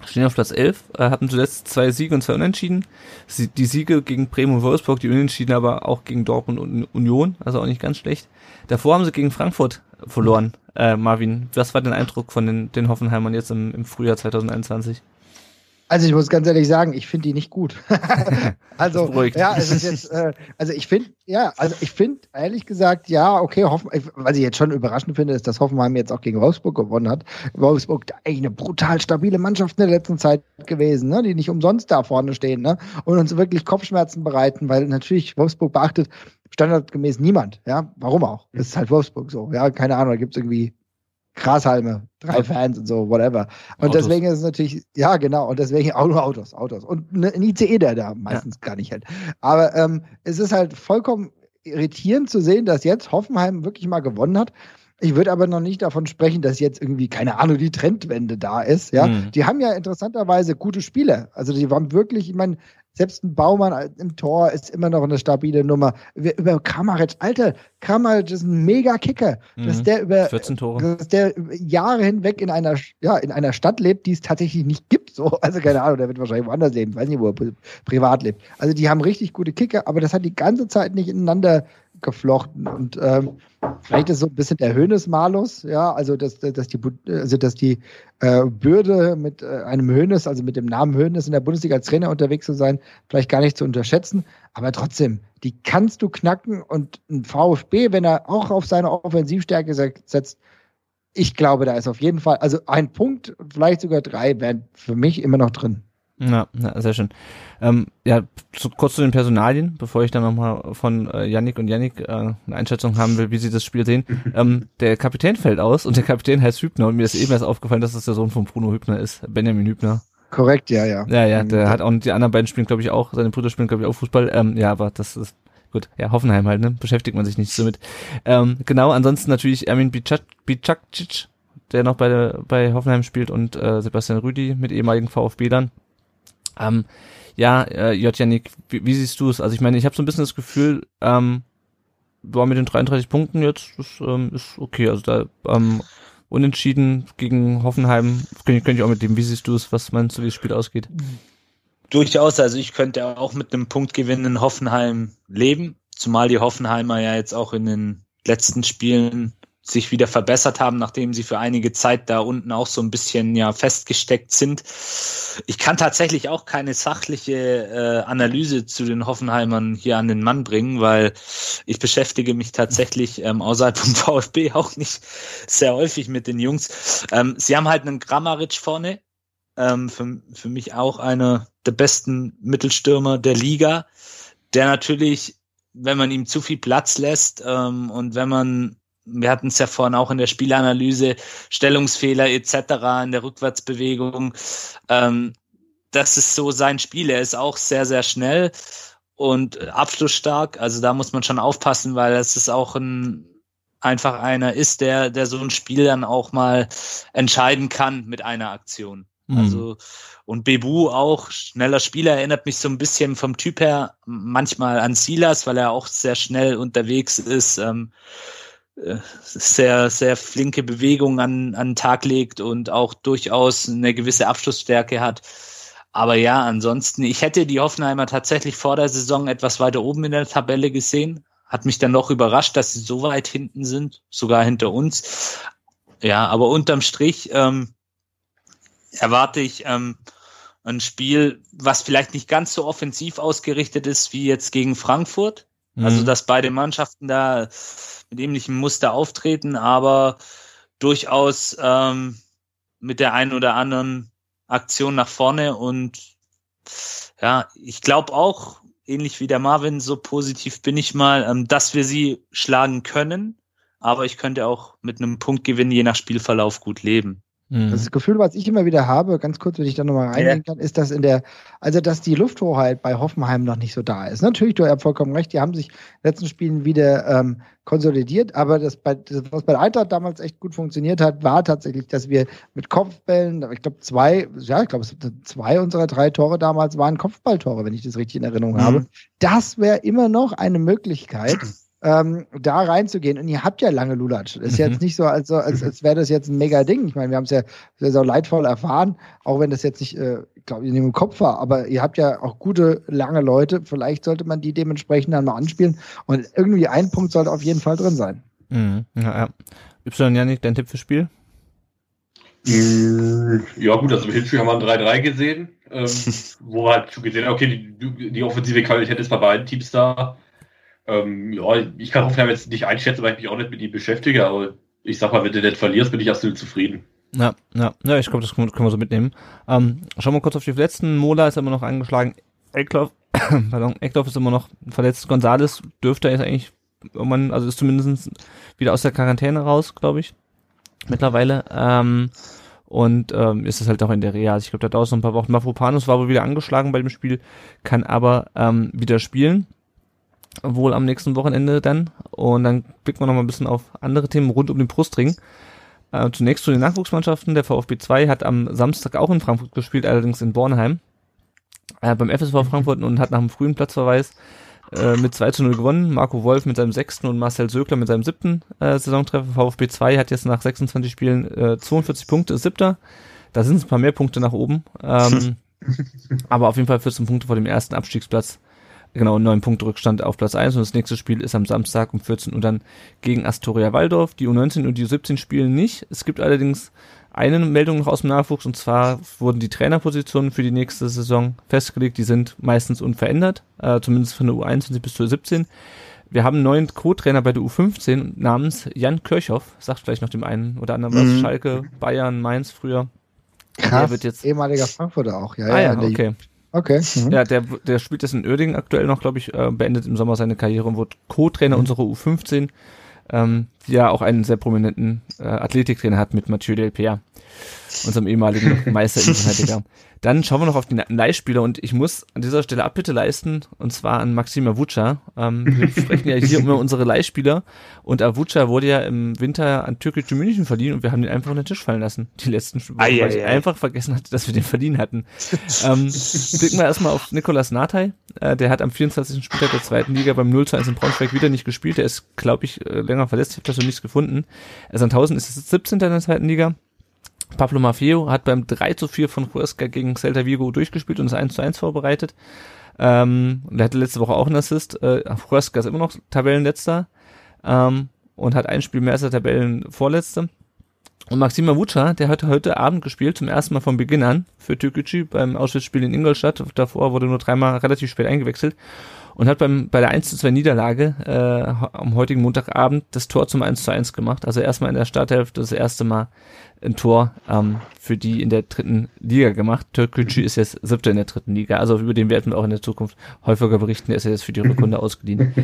stehen auf Platz 11, hatten zuletzt 2 Siege und 2 Unentschieden. Die Siege gegen Bremen und Wolfsburg, die Unentschieden aber auch gegen Dortmund und Union, also auch nicht ganz schlecht. Davor haben sie gegen Frankfurt verloren. Marvin, was war dein Eindruck von den Hoffenheimern jetzt im Frühjahr 2021? Also ich muss ganz ehrlich sagen, ich finde die nicht gut. Also ja, es ist jetzt, ich finde ehrlich gesagt, ja, okay, was ich jetzt schon überraschend finde, ist, dass Hoffenheim jetzt auch gegen Wolfsburg gewonnen hat. Wolfsburg eigentlich eine brutal stabile Mannschaft in der letzten Zeit gewesen, ne, die nicht umsonst da vorne stehen, ne, und uns wirklich Kopfschmerzen bereiten, weil natürlich Wolfsburg beachtet standardgemäß niemand, ja, warum auch? Das ist halt Wolfsburg so, ja, keine Ahnung, da gibt's irgendwie Grashalme, 3 Fans und so, whatever. Und Autos. Deswegen ist es natürlich, ja genau, und deswegen auch nur Autos. Und ein ICE, der da meistens gar nicht hält. Aber es ist halt vollkommen irritierend zu sehen, dass jetzt Hoffenheim wirklich mal gewonnen hat. Ich würde aber noch nicht davon sprechen, dass jetzt irgendwie, keine Ahnung, die Trendwende da ist. Ja, Die haben ja interessanterweise gute Spiele. Also die waren wirklich, ich meine, selbst ein Baumann im Tor ist immer noch eine stabile Nummer. Über Kramaric, Kramaric ist ein mega Kicker. Dass der über 14 Tore. Dass der Jahre hinweg in einer Stadt lebt, die es tatsächlich nicht gibt. So. Also keine Ahnung, der wird wahrscheinlich woanders leben. Ich weiß nicht, wo er privat lebt. Also die haben richtig gute Kicker, aber das hat die ganze Zeit nicht ineinander geflochten. Und vielleicht ist so ein bisschen der Hoeneß-Malus, ja, also dass die Bürde mit einem Hoeneß, also mit dem Namen Hoeneß in der Bundesliga als Trainer unterwegs zu sein, vielleicht gar nicht zu unterschätzen. Aber trotzdem, die kannst du knacken, und ein VfB, wenn er auch auf seine Offensivstärke setzt, ich glaube, da ist auf jeden Fall, also 1 Punkt, vielleicht sogar 3 wären für mich immer noch drin. Ja, sehr schön. Kurz zu den Personalien, bevor ich dann nochmal von Yannick eine Einschätzung haben will, wie sie das Spiel sehen. Der Kapitän fällt aus, und der Kapitän heißt Hübner, und mir ist eben erst aufgefallen, dass das der Sohn von Bruno Hübner ist, Benjamin Hübner. Korrekt, ja. Ja, der hat auch, die anderen beiden spielen, glaube ich, auch, seine Brüder spielen, glaube ich, auch Fußball. Aber das ist gut. Ja, Hoffenheim halt, ne? Beschäftigt man sich nicht so mit. Genau, ansonsten natürlich Ermin Bicacic, der noch bei Hoffenheim spielt, und Sebastian Rüdi mit ehemaligen VfB-Lern. Yannick, wie siehst du es? Also ich meine, ich habe so ein bisschen das Gefühl, mit den 33 Punkten jetzt, das ist okay. Also da unentschieden gegen Hoffenheim, könnte ich auch mit dem, wie siehst du es, was meinst du, wie das Spiel ausgeht? Durchaus, also ich könnte auch mit einem Punktgewinn in Hoffenheim leben, zumal die Hoffenheimer ja jetzt auch in den letzten Spielen sich wieder verbessert haben, nachdem sie für einige Zeit da unten auch so ein bisschen festgesteckt sind. Ich kann tatsächlich auch keine sachliche Analyse zu den Hoffenheimern hier an den Mann bringen, weil ich beschäftige mich tatsächlich außerhalb vom VfB auch nicht sehr häufig mit den Jungs. Sie haben halt einen Kramaric vorne, für mich auch einer der besten Mittelstürmer der Liga, der natürlich, wenn man ihm zu viel Platz lässt und wir hatten es ja vorhin auch in der Spielanalyse, Stellungsfehler etc. in der Rückwärtsbewegung. Das ist so sein Spiel. Er ist auch sehr, sehr schnell und abschlussstark. Also da muss man schon aufpassen, weil es ist auch einfach einer ist, der so ein Spiel dann auch mal entscheiden kann mit einer Aktion. Also, und Bebu auch, schneller Spieler, erinnert mich so ein bisschen vom Typ her manchmal an Silas, weil er auch sehr schnell unterwegs ist, sehr, sehr flinke Bewegungen an den Tag legt und auch durchaus eine gewisse Abschlussstärke hat. Aber ja, ansonsten, ich hätte die Hoffenheimer tatsächlich vor der Saison etwas weiter oben in der Tabelle gesehen. Hat mich dann noch überrascht, dass sie so weit hinten sind, sogar hinter uns. Ja, aber unterm Strich erwarte ich ein Spiel, was vielleicht nicht ganz so offensiv ausgerichtet ist wie jetzt gegen Frankfurt. Also, dass beide Mannschaften da mit ähnlichem Muster auftreten, aber durchaus mit der einen oder anderen Aktion nach vorne. Und ja, ich glaube auch, ähnlich wie der Marvin, so positiv bin ich mal, dass wir sie schlagen können. Aber ich könnte auch mit einem Punktgewinn je nach Spielverlauf gut leben. Das Gefühl, was ich immer wieder habe, ganz kurz, wenn ich da nochmal reingehen kann, ist, dass dass die Lufthoheit bei Hoffenheim noch nicht so da ist. Natürlich, du hast vollkommen recht, die haben sich in den letzten Spielen wieder konsolidiert, aber was bei der Eintracht damals echt gut funktioniert hat, war tatsächlich, dass wir mit Kopfbällen, ich glaube 2 unserer 3 Tore damals waren Kopfballtore, wenn ich das richtig in Erinnerung habe. Das wäre immer noch eine Möglichkeit, da reinzugehen. Und ihr habt ja lange Lulatsch. Ist jetzt nicht so, als wäre das jetzt ein mega Ding. Ich meine, wir haben es ja sehr, sehr leidvoll erfahren, auch wenn das jetzt nicht, glaube ich, in dem Kopf war. Aber ihr habt ja auch gute, lange Leute. Vielleicht sollte man die dementsprechend dann mal anspielen. Und irgendwie ein Punkt sollte auf jeden Fall drin sein. Ja. Janik, dein Tipp fürs Spiel? Ja gut, also im Hinspiel haben wir ein 3-3 gesehen, wo wir halt schon gesehen haben, okay, die offensive Qualität ist bei beiden Teams da. Ja, ich kann Hoffenheim jetzt nicht einschätzen, weil ich mich auch nicht mit ihm beschäftige, aber ich sag mal, wenn du nicht verlierst, bin ich absolut zufrieden. Ja, ich glaube, das können wir so mitnehmen. Schauen wir kurz auf die Verletzten. Mola ist immer noch angeschlagen. Eckloff ist immer noch verletzt. González dürfte jetzt eigentlich irgendwann, also ist zumindest wieder aus der Quarantäne raus, glaube ich, mittlerweile. Ist es halt auch in der Reha. Also ich glaube, da dauert es noch ein paar Wochen. Mavropanos war wohl wieder angeschlagen bei dem Spiel, kann aber wieder spielen. Wohl am nächsten Wochenende dann. Und dann blicken wir noch mal ein bisschen auf andere Themen rund um den Brustring. Zunächst zu den Nachwuchsmannschaften. Der VfB 2 hat am Samstag auch in Frankfurt gespielt, allerdings in Bornheim. Beim FSV Frankfurt und hat nach einem frühen Platzverweis mit 2-0 gewonnen. Marco Wolf mit seinem 6. und Marcel Söckler mit seinem 7. Saisontreffer. VfB 2 hat jetzt nach 26 Spielen 42 Punkte, ist 7. Da sind es ein paar mehr Punkte nach oben. Aber auf jeden Fall 14 Punkte vor dem ersten Abstiegsplatz. Genau, 9 Punkte Rückstand auf Platz 1 und das nächste Spiel ist am Samstag um 14 Uhr dann gegen Astoria Waldorf. Die U19 und die U17 spielen nicht. Es gibt allerdings eine Meldung noch aus dem Nachwuchs und zwar wurden die Trainerpositionen für die nächste Saison festgelegt. Die sind meistens unverändert, zumindest von der U21 bis zur U17. Wir haben einen neuen Co-Trainer bei der U15 namens Jan Kirchhoff. Sagt vielleicht noch dem einen oder anderen was. Schalke, Bayern, Mainz früher. Krass, der wird jetzt ehemaliger Frankfurter auch. Ja, okay. Okay. Ja, der spielt jetzt in Uerdingen aktuell noch, glaube ich, beendet im Sommer seine Karriere und wurde Co-Trainer unserer U15, die ja auch einen sehr prominenten Athletiktrainer hat mit Mathieu Delpierre, unserem ehemaligen Meister-Innenverteidiger. Dann schauen wir noch auf die Leihspieler und ich muss an dieser Stelle Abbitte leisten und zwar an Maxim Avuca. Wir sprechen ja hier über unsere Leihspieler und Avuca wurde ja im Winter an Türkgücü München verliehen und wir haben den einfach unter den Tisch fallen lassen. Die letzten Wochen, weil ich einfach vergessen hatte, dass wir den verliehen hatten. Blicken wir erstmal auf Nicolas Natay. Der hat am 24. Spieltag der 2. Liga beim 0-1 in Braunschweig wieder nicht gespielt. Der ist, glaube ich, länger verletzt. Ich habe das so nichts gefunden. Sandhausen ist jetzt 17. in der 2. Liga. Pablo Maffeo hat beim 3-4 von Huesca gegen Celta Vigo durchgespielt und das 1-1 vorbereitet. Der hatte letzte Woche auch einen Assist. Huesca ist immer noch Tabellenletzter und hat ein Spiel mehr als der Tabellenvorletzte. Und Maxim Avuca, der hat heute Abend gespielt, zum ersten Mal von Beginn an für Türkgücü beim Auswärtsspiel in Ingolstadt. Davor wurde nur 3-mal relativ spät eingewechselt und hat bei der 1-2 Niederlage am heutigen Montagabend das Tor zum 1-1 gemacht. Also erstmal in der Startelf das erste Mal ein Tor für die in der 3. Liga gemacht. Türkgücü ist jetzt 7. in der 3. Liga. Also über den werden wir auch in der Zukunft häufiger berichten. Der ist ja jetzt für die Rückrunde ausgeliehen.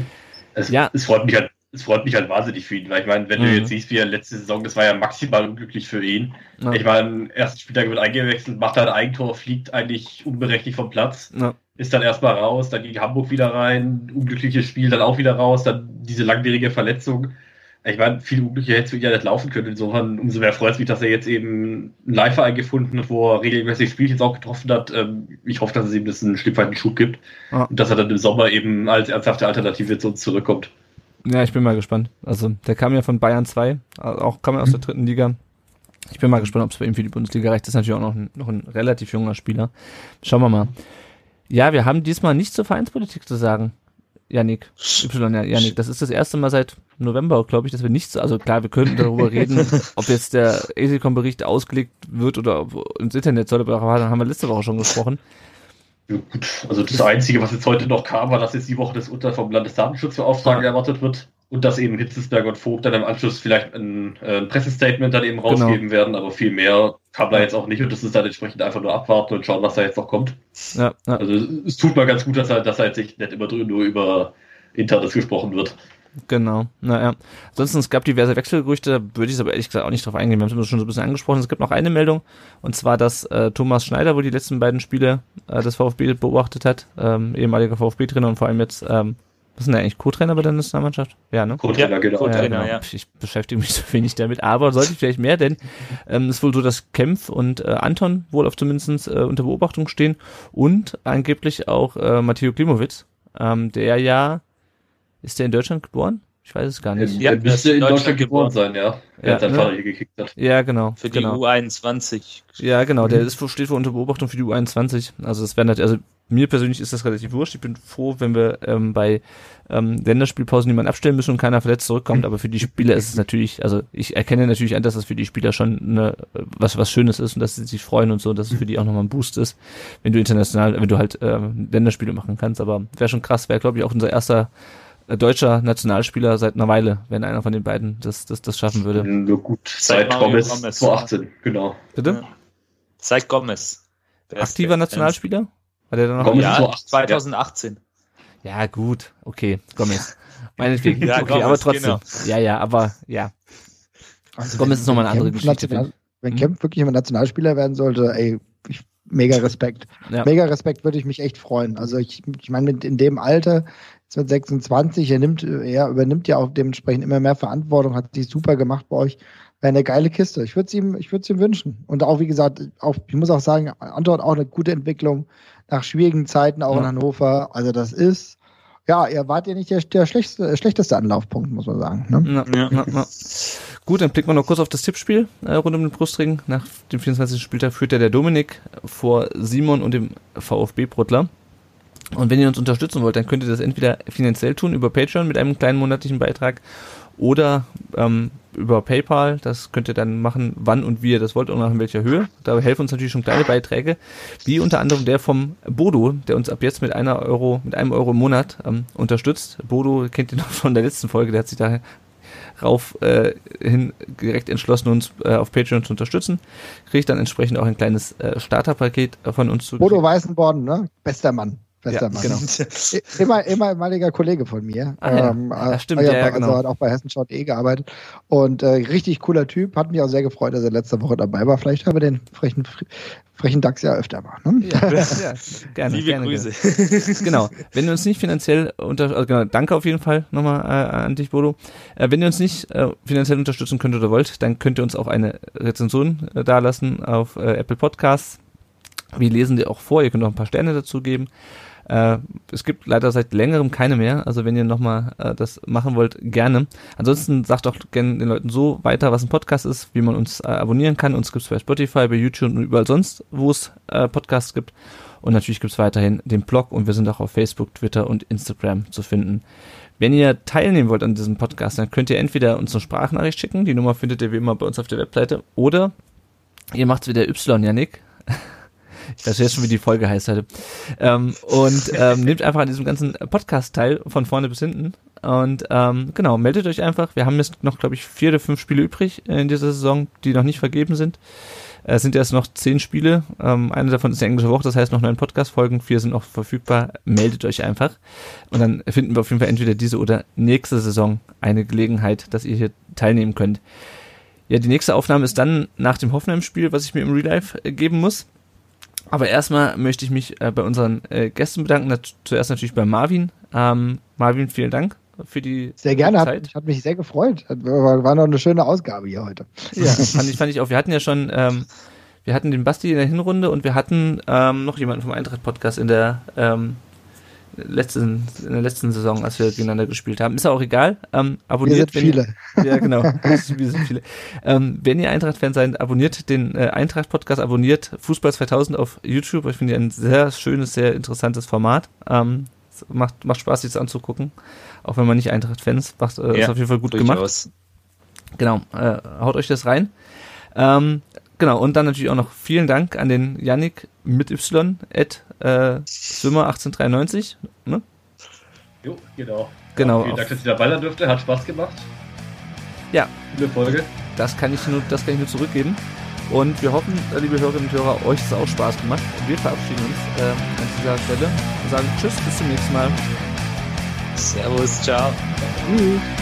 Es freut mich halt wahnsinnig für ihn, weil ich meine, wenn du jetzt siehst, wie er letzte Saison, das war ja maximal unglücklich für ihn. Ja. Ich meine, ersten Spieltag wird eingewechselt, macht halt ein Eigentor, fliegt eigentlich unberechtigt vom Platz, ist dann erstmal raus, dann gegen Hamburg wieder rein, unglückliches Spiel, dann auch wieder raus, dann diese langwierige Verletzung. Ich meine, viel unglücklicher hätte es für ihn ja nicht laufen können. Insofern, umso mehr freut es mich, dass er jetzt eben einen Live-Verein gefunden hat, wo er regelmäßig spielt, jetzt auch getroffen hat. Ich hoffe, dass es ihm das ein Stück weit einen Schub gibt und dass er dann im Sommer eben als ernsthafte Alternative zu uns zurückkommt. Ja, ich bin mal gespannt. Also, der kam ja von Bayern 2, auch kam er aus der 3. Liga. Ich bin mal gespannt, ob es bei ihm für die Bundesliga reicht. Das ist natürlich auch noch ein relativ junger Spieler. Schauen wir mal. Ja, wir haben diesmal nichts zur Vereinspolitik zu sagen. Janik, das ist das erste Mal seit November, glaube ich, dass wir nichts, also klar, wir könnten darüber reden, ob jetzt der ESECOM-Bericht ausgelegt wird oder ins Internet soll, aber da haben wir letzte Woche schon gesprochen. Ja, gut. Also das Einzige, was jetzt heute noch kam, war, dass jetzt die Woche das Urteil vom Landesdatenschutzbeauftragten erwartet wird und dass eben Hitzelsberger und Vogt dann im Anschluss vielleicht ein Pressestatement dann eben rausgeben werden, aber viel mehr kam da jetzt auch nicht und das ist dann entsprechend einfach nur abwarten und schauen, was da jetzt noch kommt. Ja. Also es tut mal ganz gut, dass halt jetzt nicht immer nur über Internes gesprochen wird. Genau, naja. Ansonsten, es gab diverse Wechselgerüchte, da würde ich es aber ehrlich gesagt auch nicht drauf eingehen. Wir haben es schon so ein bisschen angesprochen. Es gibt noch eine Meldung, und zwar, dass Thomas Schneider wohl die letzten beiden Spiele des VfB beobachtet hat, ehemaliger VfB-Trainer und vor allem jetzt, was ist denn der eigentlich, Co-Trainer bei der Nationalmannschaft? Ja, ne? Co-Trainer, genau. Co-Trainer, ja. Ich beschäftige mich so wenig damit, aber sollte ich vielleicht mehr, denn es ist wohl so, dass Kempf und Anton wohl auf zumindest unter Beobachtung stehen und angeblich auch Matteo Klimowitz, der ja. Ist der in Deutschland geboren? Ich weiß es gar nicht. Er müsste in Deutschland geboren sein, ja. Wer sein Vater hier gekickt hat. Ja, genau. Für die U21. Ja, genau. Der steht unter Beobachtung für die U21. Also das wäre natürlich, also mir persönlich ist das relativ wurscht. Ich bin froh, wenn wir bei Länderspielpausen niemanden abstellen müssen und keiner verletzt zurückkommt. Aber für die Spieler ist es natürlich, also ich erkenne natürlich an, dass das für die Spieler schon was Schönes ist und dass sie sich freuen und so, dass es für die auch nochmal ein Boost ist, wenn du halt Länderspiele machen kannst. Aber wäre schon krass, wäre glaube ich auch unser erster deutscher Nationalspieler seit einer Weile, wenn einer von den beiden das schaffen würde. Nur gut, seit Gomez 2018, genau. Bitte? Ja. Seit Gomez. Aktiver Nationalspieler? War der dann noch? Gomez Ja, 2018. Ja, gut, okay, Gomez. Meinetwegen, ja, okay, Gomez, aber trotzdem. Genau. Ja, aber ja. Also Gomez ist nochmal eine andere Geschichte. Wenn Kemp wirklich immer Nationalspieler werden sollte, ey, mega Respekt. Ja. Mega Respekt, würde ich mich echt freuen. Also ich meine, in dem Alter, jetzt mit 26, er übernimmt ja auch dementsprechend immer mehr Verantwortung, hat sich super gemacht bei euch. Wäre eine geile Kiste. Ich würde es ihm wünschen. Und auch, wie gesagt, ich muss auch sagen, Anton auch eine gute Entwicklung nach schwierigen Zeiten, auch in Hannover. Also das ist, ja, ihr wart ja nicht der schlechteste Anlaufpunkt, muss man sagen. Ne? Ja. Gut, dann blicken wir noch kurz auf das Tippspiel rund um den Brustring. Nach dem 24. Spieltag führt der Dominik vor Simon und dem VfB Bruttler. Und wenn ihr uns unterstützen wollt, dann könnt ihr das entweder finanziell tun über Patreon mit einem kleinen monatlichen Beitrag oder über PayPal. Das könnt ihr dann machen, wann und wie ihr das wollt und nach in welcher Höhe. Da helfen uns natürlich schon kleine Beiträge, wie unter anderem der vom Bodo, der uns ab jetzt mit einem Euro im Monat unterstützt. Bodo kennt ihr noch von der letzten Folge, der hat sich da hin direkt entschlossen, uns auf Patreon zu unterstützen. Kriegt dann entsprechend auch ein kleines Starterpaket von uns zu. Bodo Weißenborn, ne? Bester Mann. Ja, genau. ehemaliger Kollege von mir. Ja, stimmt, ja, genau. Also hat auch bei Hessenschau.de gearbeitet und richtig cooler Typ. Hat mich auch sehr gefreut, dass er letzte Woche dabei war. Vielleicht haben wir den frechen Dachs ja öfter mal. Ne? Ja, gerne. Liebe Grüße. Genau. Wenn ihr uns nicht finanziell danke auf jeden Fall nochmal an dich, Bodo. Wenn ihr uns nicht finanziell unterstützen könnt oder wollt, dann könnt ihr uns auch eine Rezension dalassen auf Apple Podcasts. Wir lesen die auch vor. Ihr könnt auch ein paar Sterne dazu geben. Es gibt leider seit längerem keine mehr, also wenn ihr nochmal das machen wollt, gerne. Ansonsten sagt auch gerne den Leuten so weiter, was ein Podcast ist, wie man uns abonnieren kann. Uns gibt es bei Spotify, bei YouTube und überall sonst, wo es Podcasts gibt. Und natürlich gibt es weiterhin den Blog und wir sind auch auf Facebook, Twitter und Instagram zu finden. Wenn ihr teilnehmen wollt an diesem Podcast, dann könnt ihr entweder uns eine Sprachnachricht schicken, die Nummer findet ihr wie immer bei uns auf der Webseite, oder ihr macht's wie der Yannick. Ich weiß jetzt schon, wie die Folge heißt heute. Nehmt einfach an diesem ganzen Podcast teil, von vorne bis hinten. Und genau, meldet euch einfach. Wir haben jetzt noch, glaube ich, 4 oder 5 Spiele übrig in dieser Saison, die noch nicht vergeben sind. Es sind erst noch 10 Spiele. Eine davon ist die englische Woche, das heißt noch 9 Podcast-Folgen. 4 sind noch verfügbar. Meldet euch einfach. Und dann finden wir auf jeden Fall entweder diese oder nächste Saison eine Gelegenheit, dass ihr hier teilnehmen könnt. Ja, die nächste Aufnahme ist dann nach dem Hoffenheim-Spiel, was ich mir im Real Life geben muss. Aber erstmal möchte ich mich bei unseren Gästen bedanken. Zuerst natürlich bei Marvin. Marvin, vielen Dank für die Sehr gerne, Zeit. Hat mich sehr gefreut. War noch eine schöne Ausgabe hier heute. Ja, fand ich auch. Wir hatten ja schon, wir hatten den Basti in der Hinrunde und wir hatten noch jemanden vom Eintracht-Podcast in der letzten Saison, als wir gegeneinander gespielt haben. Ist auch egal. Abonniert, wir sind viele. Ja, genau. Wir sind viele. Wenn ihr Eintracht-Fan seid, abonniert den Eintracht-Podcast, abonniert Fußball 2000 auf YouTube. Ich finde ein sehr schönes, sehr interessantes Format. Macht Spaß, sich das anzugucken. Auch wenn man nicht Eintracht-Fan ist. Ist auf jeden Fall gut gemacht. Genau. Haut euch das rein. Genau, und dann natürlich auch noch vielen Dank an den Yannick mit Y, @Swimmer1893. Ne? Jo, genau. Genau. Vielen Dank, dass ich dabei sein durfte. Hat Spaß gemacht. Ja. Eine Folge. Das kann ich nur zurückgeben. Und wir hoffen, liebe Hörerinnen und Hörer, euch hat es auch Spaß gemacht. Und wir verabschieden uns an dieser Stelle und sagen Tschüss, bis zum nächsten Mal. Servus, ciao. Tschüss.